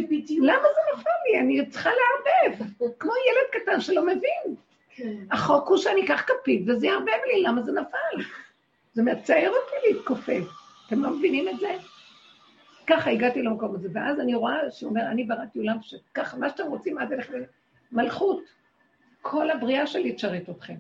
למה זה נפל לי? אני צריכה להרבב. כמו ילד קטן שלא מבין. החוק הוא שאני אקח כפית וזה ירבב לי, למה זה נפל? זה מצער אותי להתכופף. אתם לא מבינים את זה? ככה הגעתי למקום הזה, ואז אני רואה שאומר, אני בראתי עולם שככה, מה שאתם רוצים, עד אלך מלכות. כל הבריאה שלי תשרת אתכם.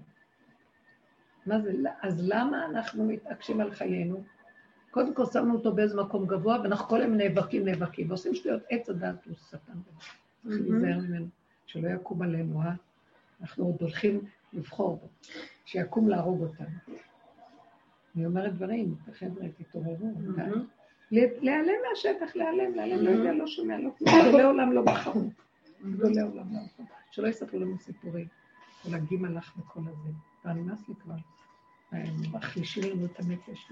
מה זה? אז למה אנחנו מתעקשים על חיינו? קודם כל שמנו אותו באיזה מקום גבוה, ואנחנו כל הם נאבקים, ועושים שטויות, עץ הדעת הוא שטן. צריך להיזהר ממנו, שלא יקום עלינו, אנחנו עוד הולכים לבחור בו, שיקום להרוג אותנו. אני אומרת דברים, חבר'ה, תתעוררו, להיעלם מהשטח, להיעלם, לא יודע, לא שומע, לא כלום, גדולי עולם לא בחרו, גדולי עולם לא בחרו, שלא יספרו לנו סיפורים, כל הגיל הלך וכל הזה, ואני נמאס לי כבר, הם מחלישים לנו את הנפש.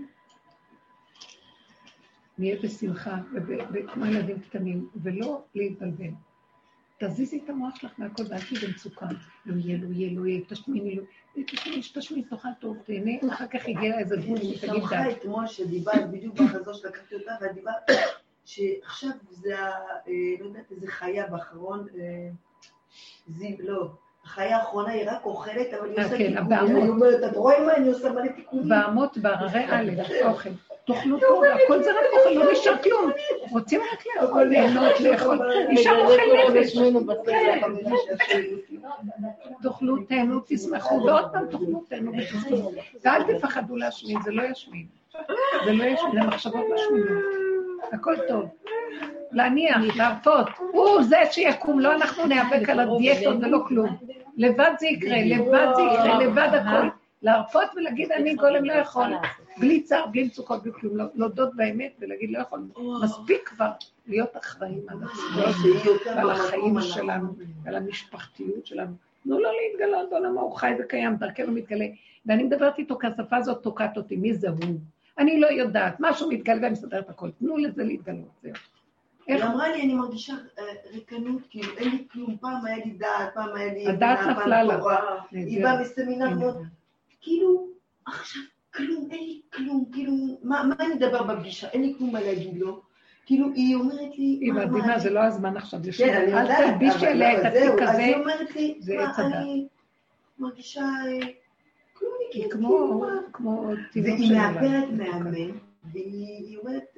נהיה בשמחה, וכמו ילדים קטנים, ולא להתבלבל. תזיזי את המוח שלך מהכל, ואל תהי במצוקה, לא יהיה, תשמיני, תשמיני, תאכל טוב, תהנה, אחר כך הגיע איזה גבול, תגיד די. שמחה אתמול שדיברת בדיוק בחזור שלקחתי אותה, ודיברת שעכשיו זה, לא יודעת, איזה חיה באחרון, לא, החיה האחרונה היא רק אוכלת, אבל היא עושה תיקון. אני אומרת, את רואה מה אני עושה מלא תיקונים? בעמות, בהררי א', אוכל. תאכלו טוב, הכל זה רק אוכל, לא נשאר כלום. רוצים רק לאכול, ליהנות, לאכול. נשאר אוכל נפש. תאכלו, תהנו, תשמחו, ועוד פעם תאכלו, תהנו ותשמחו. ואל תפחדו להשמיד, זה לא ישמיד. זה לא ישמיד, זה מחשבות להשמיד. הכל טוב. להניח, להרפות. הוא זה שיקום, לא אנחנו נאבק על הדיאטות ולא כלום. לבד זה יקרה, לבד הכל. להרפות ולהגיד אני גולם לא יכול, בלי צער, בלי מצוקות, בלי כלום, להודות באמת ולהגיד לא יכול, מספיק כבר להיות אחראים על עצמאות ועל החיים שלנו, ועל המשפחתיות שלנו. תנו לו להתגלות בעולמו, הוא חי וקיים, דרכנו מתגלה, ואני מדברת איתו כי הזאת תוקעת אותי, מי זה הוא? אני לא יודעת, משהו מתגלה ומסדר את הכל, תנו לזה להתגלות, זהו. היא אמרה לי, אני מרגישה ריקנות, כאילו אין לי כלום, פעם היה לי דעת, פעם היה לי... הדעת נפלה לה. היא באה מסמינר מאוד, כאילו, עכשיו כלום, אין לי כלום, כאילו, מה אני אדבר בפגישה? אין לי כלום מה להגיד לו. כאילו, היא אומרת לי... היא מדהימה, זה לא הזמן עכשיו לשאול. כן, אני יודעת. אל תלבישי עליה את התיק הזה. אז היא אומרת לי, אני מרגישה כלומניקית, כמו תינוק והיא מאברת מאמן, והיא אומרת,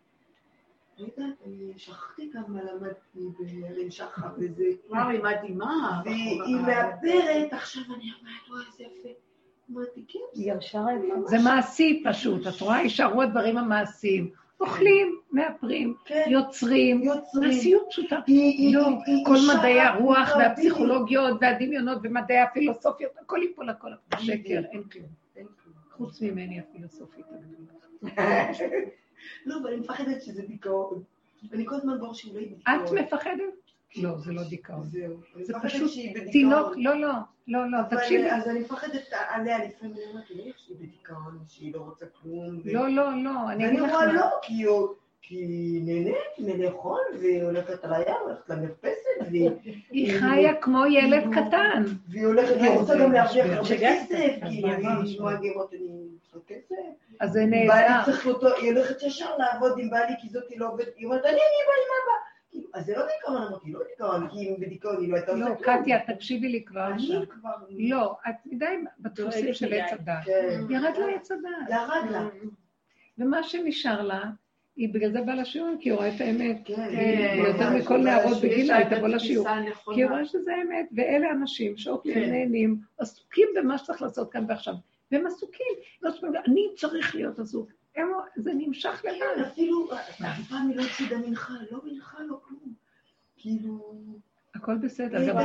לא יודעת, אני שכחתי כמה למדתי בערן שחר וזה. וואו, היא מדהימה. והיא מאברת, עכשיו אני אומרת, וואי, זה יפה. אמרתי, כן. היא גם שרה יפה. זה מעשי פשוט, את רואה, יישארו הדברים המעשיים. אוכלים, מאפרים, יוצרים, מעשיות פשוטה. כל מדעי הרוח והפסיכולוגיות והדמיונות ומדעי הפילוסופיות, הכל ייפול הכל. שקר, אין כלום. חוץ ממני הפילוסופית הגדולה. לא, אבל אני מפחדת שזה דיכאון. אני כל הזמן בראש שאולי דיכאון. את מפחדת? לא, זה לא דיכאון. זה פשוט תינוק, לא, תקשיבי. אז אני מפחדת עליה לפעמים, אני אומרת, לא שהיא בדיכאון, שהיא לא רוצה כלום. לא, אני אגיד לך. ואני רואה לא, כי היא נהנית מלאכול, והיא הולכת על הים, הולכת למרפסת, היא חיה כמו ילד קטן. והיא הולכת, היא רוצה גם להרוויח הרבה כסף, כי היא מואגרת, אני צריכה כסף. אז זה נהדר. היא הולכת ישר לעבוד עם בעלי, כי זאת היא לא עובדת, היא אומרת, אני בא עם אבא. אז זה לא דיכאון, אמרתי, לא דיכאון, כי אם בדיכאון היא לא הייתה עושה כלום. לא, קטיה, תקשיבי לי כבר עכשיו. אני כבר... לא, את מדי בדפוסים של עץ הדת. ירד לה עץ הדת. ירד לה. ומה שנשאר לה, היא בגלל זה באה לשיעור, כי היא רואה את האמת. כן. יותר מכל נערות בגילה, היא תבוא לשיעור. כי היא רואה שזה האמת, ואלה אנשים שאוכלים נהנים, עסוקים במה שצריך לעשות כאן ועכשיו. והם עסוקים. אני צריך להיות עסוק. זה נמשך לבד. אפילו, פעם היא לא הצידה מנחה, לא כלום. כאילו... הכל בסדר. גם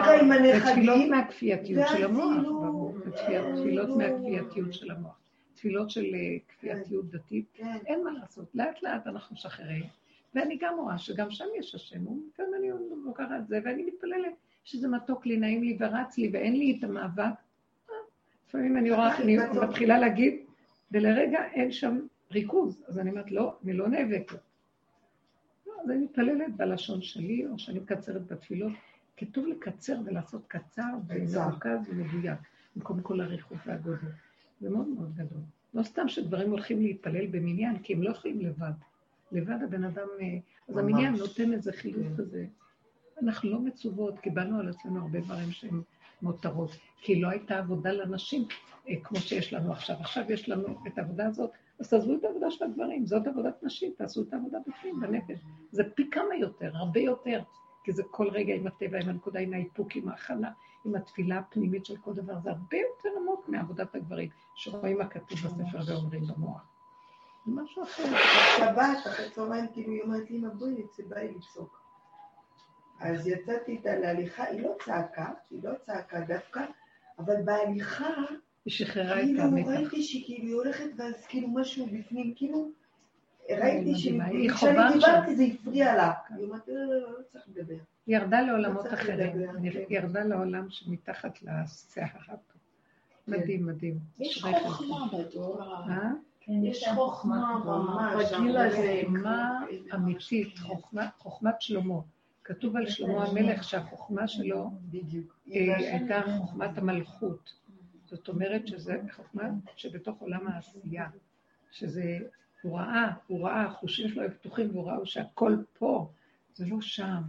תפילות מהכפייתיות של המוח. תפילות מהכפייתיות של המוח. תפילות של כפייתיות דתית. אין מה לעשות. לאט לאט אנחנו משחררים. ואני גם רואה שגם שם יש השם. לפעמים אני לוקחת את זה, ואני מתפללת שזה מתוק לי, נעים לי ורץ לי, ואין לי את המאבק. לפעמים אני רואה, אני מתחילה להגיד, ולרגע אין שם ריכוז. אז אני אומרת, לא, אני לא נאבקת. אז אני מתפללת בלשון שלי, או שאני מקצרת בתפילות. כתוב לקצר ולעשות קצר ומרוכז ומדויק, במקום כל הריחוף והגודל. זה מאוד מאוד גדול. לא סתם שדברים הולכים להתפלל במניין, כי הם לא יכולים לבד. לבד הבן אדם, אז המניין נותן איזה חילוף כזה. אנחנו לא מצוות, קיבלנו על עצמנו הרבה דברים שהם מותרות, כי לא הייתה עבודה לנשים כמו שיש לנו עכשיו. עכשיו יש לנו את העבודה הזאת, אז תעזבו את העבודה של הדברים, זאת עבודת נשים, תעשו את העבודה בפנים, בנפש. זה פי כמה יותר, הרבה יותר, כי זה כל רגע עם הטבע, עם הנקודה, עם האיפוק, עם ההכנה, עם התפילה הפנימית של כל דבר, זה הרבה יותר עמוק מעבודת הגברים, שרואים מה כתוב בספר ואומרים במוח. זה משהו אחר. שבת, אחרי צהריים, כאילו היא אומרת לי, אמא בואי נצא, בא לי לצעוק. אז יצאתי איתה להליכה, היא לא צעקה דווקא, אבל בהליכה, היא שחררה את כאילו המתח. ראיתי שכאילו היא הולכת ואז כאילו משהו בפנים, כאילו ראיתי כשאני דיברתי זה הפריע לה. היא אומרת, לא צריך לדבר. היא ירדה לעולמות אחרים, היא ירדה לעולם שמתחת לסערה פה. מדהים, מדהים. יש חוכמה בתורה. יש חוכמה בגיל הזה. חוכמה אמיתית, חוכמת שלמה. כתוב על שלמה המלך שהחוכמה שלו הייתה חוכמת המלכות. זאת אומרת שזה חוכמה שבתוך עולם העשייה, שזה, הוא ראה, החושים שלו היו פתוחים, והוא ראה שהכל פה, זה לא שם.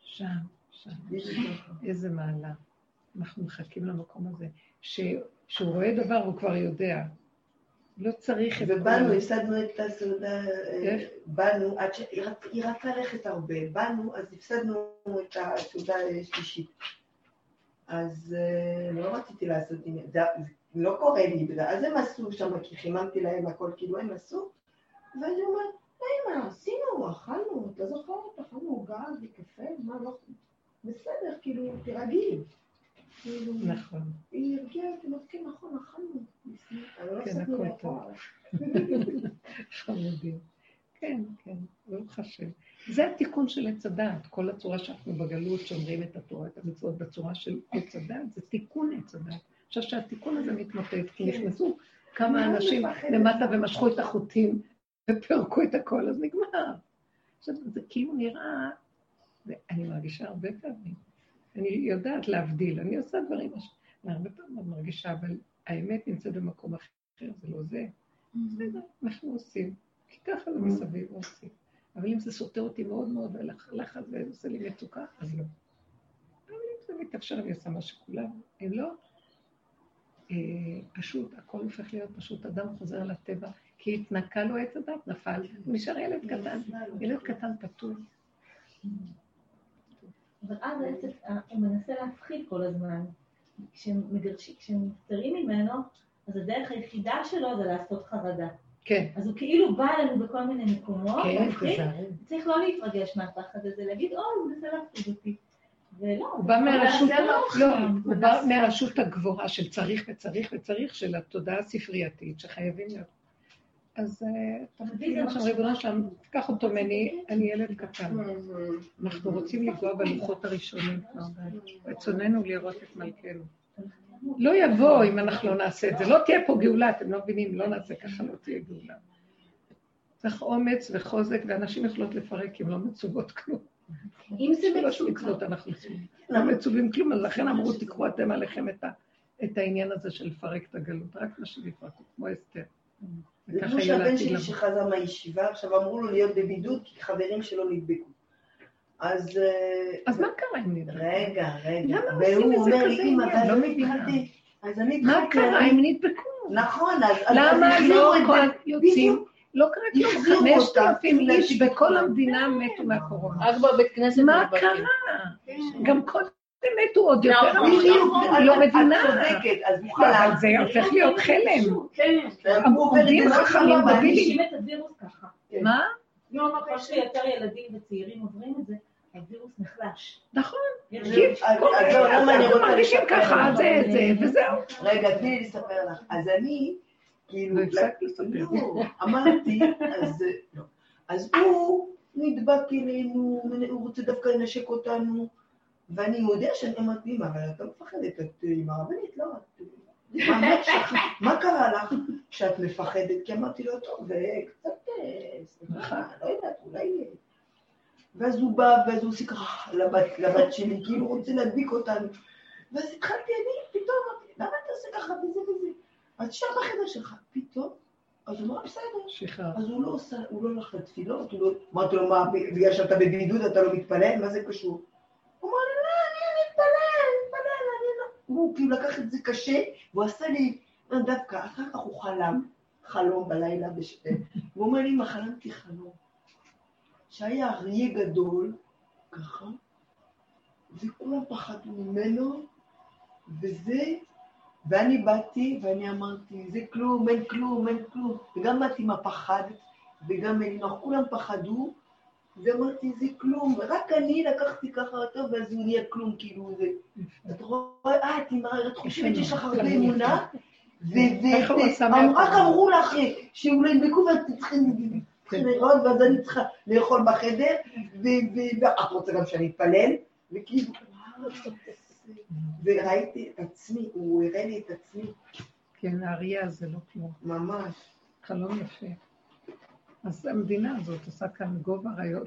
איזה מעלה. אנחנו מחכים למקום הזה, שהוא רואה דבר הוא כבר יודע. לא צריך את כל... ובאנו, הפסדנו את הסעודה, באנו, היא רצה ללכת הרבה, באנו, אז הפסדנו את הסעודה השלישית. אז לא רציתי לעשות, זה לא קורה לי, אז הם עשו שם, כי חיממתי להם הכל, כאילו הם עשו, ואני אומרת, מה, עשינו, אכלנו, אתה זוכרת, אכלנו עוגה וקפה, מה לא, בסדר, כאילו, תרגעי. נכון. היא הרגיעה, אתם מסכים, נכון, אכלנו. כן, הכל טוב. חמודים. כן, ברוך השם. זה התיקון של עץ הדעת, כל הצורה שאנחנו בגלות שאומרים את התורה, את המצוות בצורה של עץ הדעת, זה תיקון עץ הדעת. עכשיו שהתיקון הזה מתמוטט, כי נכנסו כמה אנשים למטה ומשכו את החוטים ופרקו את הכל, אז נגמר. עכשיו, זה כאילו נראה, ואני מרגישה הרבה פעמים, אני יודעת להבדיל, אני עושה דברים, הרבה פעמים אני מרגישה, אבל האמת נמצאת במקום אחר, זה לא זה. בסדר, אנחנו עושים, כי ככה זה מסביב עושים. אבל אם זה סותר אותי מאוד מאוד, ולחץ ועושה לי מצוקה, אז לא. אבל אם זה מתאפשר, אני עושה מה שכולם. אם לא, פשוט, הכל הופך להיות פשוט, אדם חוזר לטבע, כי התנקה לו עץ הדת, נפל, הוא נשאר ילד קטן, ילד קטן פתור. אבל אז בעצם הוא מנסה להפחיד כל הזמן. כשנפטרים ממנו, אז הדרך היחידה שלו זה לעשות חרדה. כן. אז הוא כאילו בא לנו בכל מיני מקומות, כן, צריך לא להתרגש מהפחד הזה, להגיד, הוא מנסה להפחיד אותי. ולא, הוא בא מהרשות הגבוהה של צריך וצריך וצריך, של התודעה הספרייתית שחייבים להיות. אז תפקיד עכשיו ריבונו שם, תיקח אותו ממני, אני ילד קטן. אנחנו רוצים לגוע בלוחות הראשונים, רצוננו לראות את מלכנו. לא יבוא אם אנחנו לא נעשה את זה, לא תהיה פה גאולה, אתם לא מבינים, לא נעשה ככה, לא תהיה גאולה. צריך אומץ וחוזק, ואנשים יכולות לפרק, כי הם לא מצוות כלום. אם זה מצוות, אנחנו לא מצווים כלום, אז לכן אמרו, תקחו אתם עליכם את העניין הזה של לפרק את הגלות, רק מה שיפרקו, כמו אסתר. זה כמו שהבן שלי שחזר מהישיבה, עכשיו אמרו לו להיות בבידוד, כי חברים שלו נדבקו. אז מה קרה אם נדבקו? רגע. למה עושים את זה כזה עניין? לא מבינה. מה קרה אם נדבקו? נכון, למה לא יוצאים? לא קרה כלום, 5,000 איש בכל המדינה מתו מהקורונה. רק בבית כנסת. מה קרה? גם קודם מתו עוד יותר אנשים, לא מבינה. אבל זה הופך להיות חלם. עומדים חכמים בבילים. מרגישים את הווירוס ככה. מה? ככל שיותר ילדים וצעירים עוברים את זה, הווירוס נחלש. נכון. אנחנו מרגישים ככה, זה, וזהו. רגע, תני לי לספר לך. אז אני, כאילו, אמרתי, אז הוא נדבק אלינו, הוא רוצה דווקא לנשק אותנו, ואני יודע שאני אמרתי, אבל אתה מפחדת, את עם הרבנית, לא? מה קרה לך כשאת מפחדת? כי אמרתי לו, טוב, וקצת, לא יודעת, אולי... ואז הוא בא, ואז הוא עושה ככה לבת שלי, כאילו הוא רוצה להדביק אותנו. ואז התחלתי, אני פתאום אמרתי, למה אתה עושה ככה וזה וזה? אז תשאר בחדר שלך, פתאום. אז הוא אמר, בסדר. אז הוא לא הולך לתפילות, אמרתי לו, מה, בגלל שאתה בבידוד, אתה לא מתפלל? מה זה קשור? הוא אמר לי, לא, אני מתפלל, אני לא... הוא כאילו לקח את זה קשה, והוא עשה לי, דווקא, אחר כך הוא חלום בלילה והוא אומר לי, מה חלמתי חלום? שהיה אריה גדול, ככה, וכולם פחדו ממנו, ואני באתי ואני אמרתי, זה כלום, אין כלום, וגם באתי עם הפחד, וגם אלינור, כולם פחדו, ואמרתי, זה כלום, ורק אני לקחתי ככה טוב, ואז הוא נהיה כלום, כאילו זה. את רואה, את חושבת שיש לך הרבה אמונה, רק אמרו לך שאולי נדבקו ואת צריכים לראות, ואז אני צריכה לאכול בחדר, ואת רוצה גם שאני אתפלל, וכאילו, וראיתי את עצמי, הוא הראה לי את עצמי. כן, האריה הזה לא כלום. ממש. חלום יפה. אז המדינה הזאת עושה כאן גובה אריות.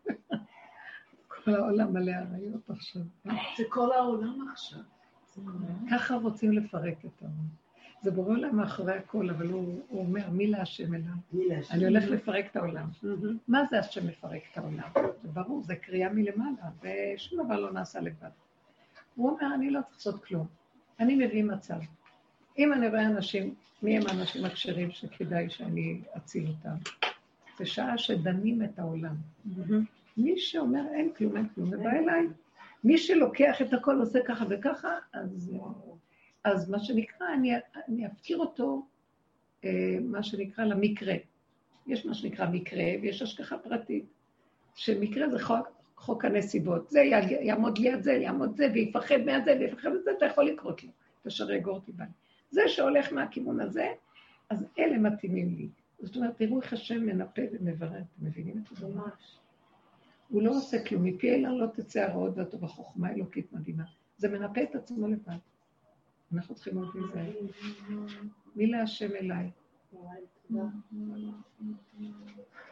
כל העולם מלא אריות עכשיו. זה כל העולם עכשיו. ככה רוצים לפרק את העולם. זה בורא עולם מאחורי הכל, אבל הוא אומר, מי להשם אליו? אני הולך לפרק את העולם. מה זה השם לפרק את העולם? זה ברור, זה קריאה מלמעלה, ושום דבר לא נעשה לבד. הוא אומר, אני לא צריך לעשות כלום. אני מביא מצב. אם אני רואה אנשים, מי הם האנשים הכשרים שכדאי שאני אציל אותם? זה שעה שדנים את העולם. מי שאומר אין כלום, זה בא אליי. מי שלוקח את הכל ועושה ככה וככה, אז מה שנקרא, אני אפקיר אותו, מה שנקרא למקרה. יש מה שנקרא מקרה, ויש השגחה פרטית. שמקרה זה חוק הנסיבות. זה יעמוד ליד זה, יעמוד זה, ויפחד מהזה, ויפחד מזה, אתה יכול לקרות לו. תשרי גורתי בני. זה שהולך מהכיוון הזה, אז אלה מתאימים לי. זאת אומרת, תראו איך השם מנפה ומברר, אתם מבינים את זה ממש? הוא לא עושה כלום, מפי אלה לא תצא הרעות ואתו בחוכמה אלוקית מדהימה. זה מנפה את עצמו לבד. אנחנו צריכים עוד מזה. מי להשם אליי?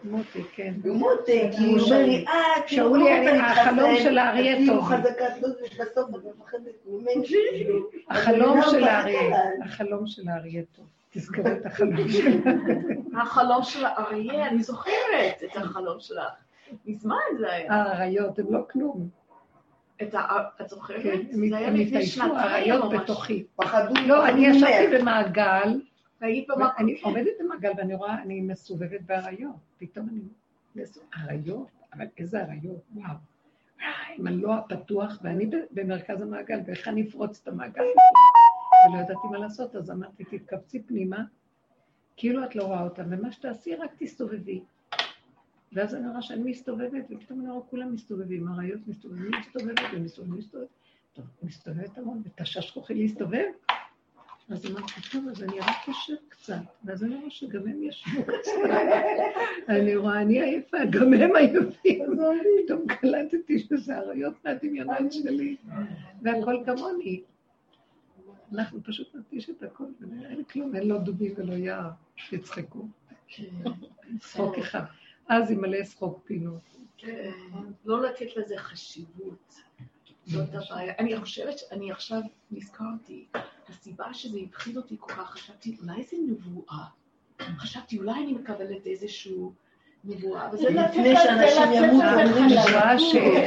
מוטי, כן. מוטי, כי הוא אומר לי, שאולי החלום של האריה טוב. כאילו חזקת לא זה שבסוף את מפחדת ממנו. החלום של האריה, החלום של האריה טוב. תזכרו את החלום של החלום של האריה, אני זוכרת את החלום שלך. מזמן זה היה. האריות, הם לא כלום. את זוכרת? הם התעייפו, האריות בתוכי. פחדו. לא, אני ישבתי במעגל. אני עומדת במעגל ואני רואה, אני מסובבת באריות. פתאום אני אריות, אבל איזה אריות, וואו. עם הלא הפתוח, ואני במרכז המעגל, ואיך אני אפרוץ את המעגל. ולא ידעתי מה לעשות, אז אמרתי, תתקבצי פנימה, כאילו את לא רואה אותה, ומה שתעשי, רק תסתובבי. ואז אני רואה שאני מסתובבת, ופתאום אני רואה כולם מסתובבים, האריות מסתובבים, מסתובבת. טוב, מסתובבת המון, ותשש כוחי להסתובב. אז אמרתי, טוב, אז אני רק אשב קצת, ואז אני רואה שגם הם ישבו קצת. אני רואה, אני עייפה, גם הם עייפים. פתאום קלטתי שזה האריות מהדמיונות שלי, והכל כמוני. אנחנו פשוט נטיש את הכל, ונראה לי כלום, אין לו דובים ולא יער, שיצחקו. שחוק אחד. אז ימלא שחוק פינות. לא לתת לזה חשיבות. זאת הבעיה. אני חושבת שאני עכשיו נזכרתי, הסיבה שזה התחיל אותי כל כך, חשבתי, אולי זה נבואה. חשבתי, אולי אני מקבלת איזשהו נבואה, וזה לפני שאנשים ימותו, נבואה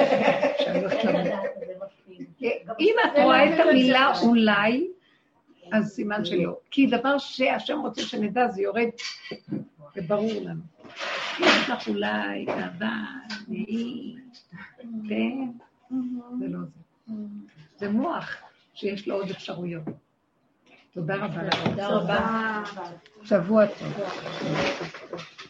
אם את רואה את המילה אולי, אז סימן שלא. כי דבר שהשם רוצה שנדע, זה יורד, זה ברור לנו. יש לך אולי, אבל, כן, זה לא זה. זה מוח שיש לו עוד אפשרויות. תודה רבה לך. תודה רבה. שבוע טוב.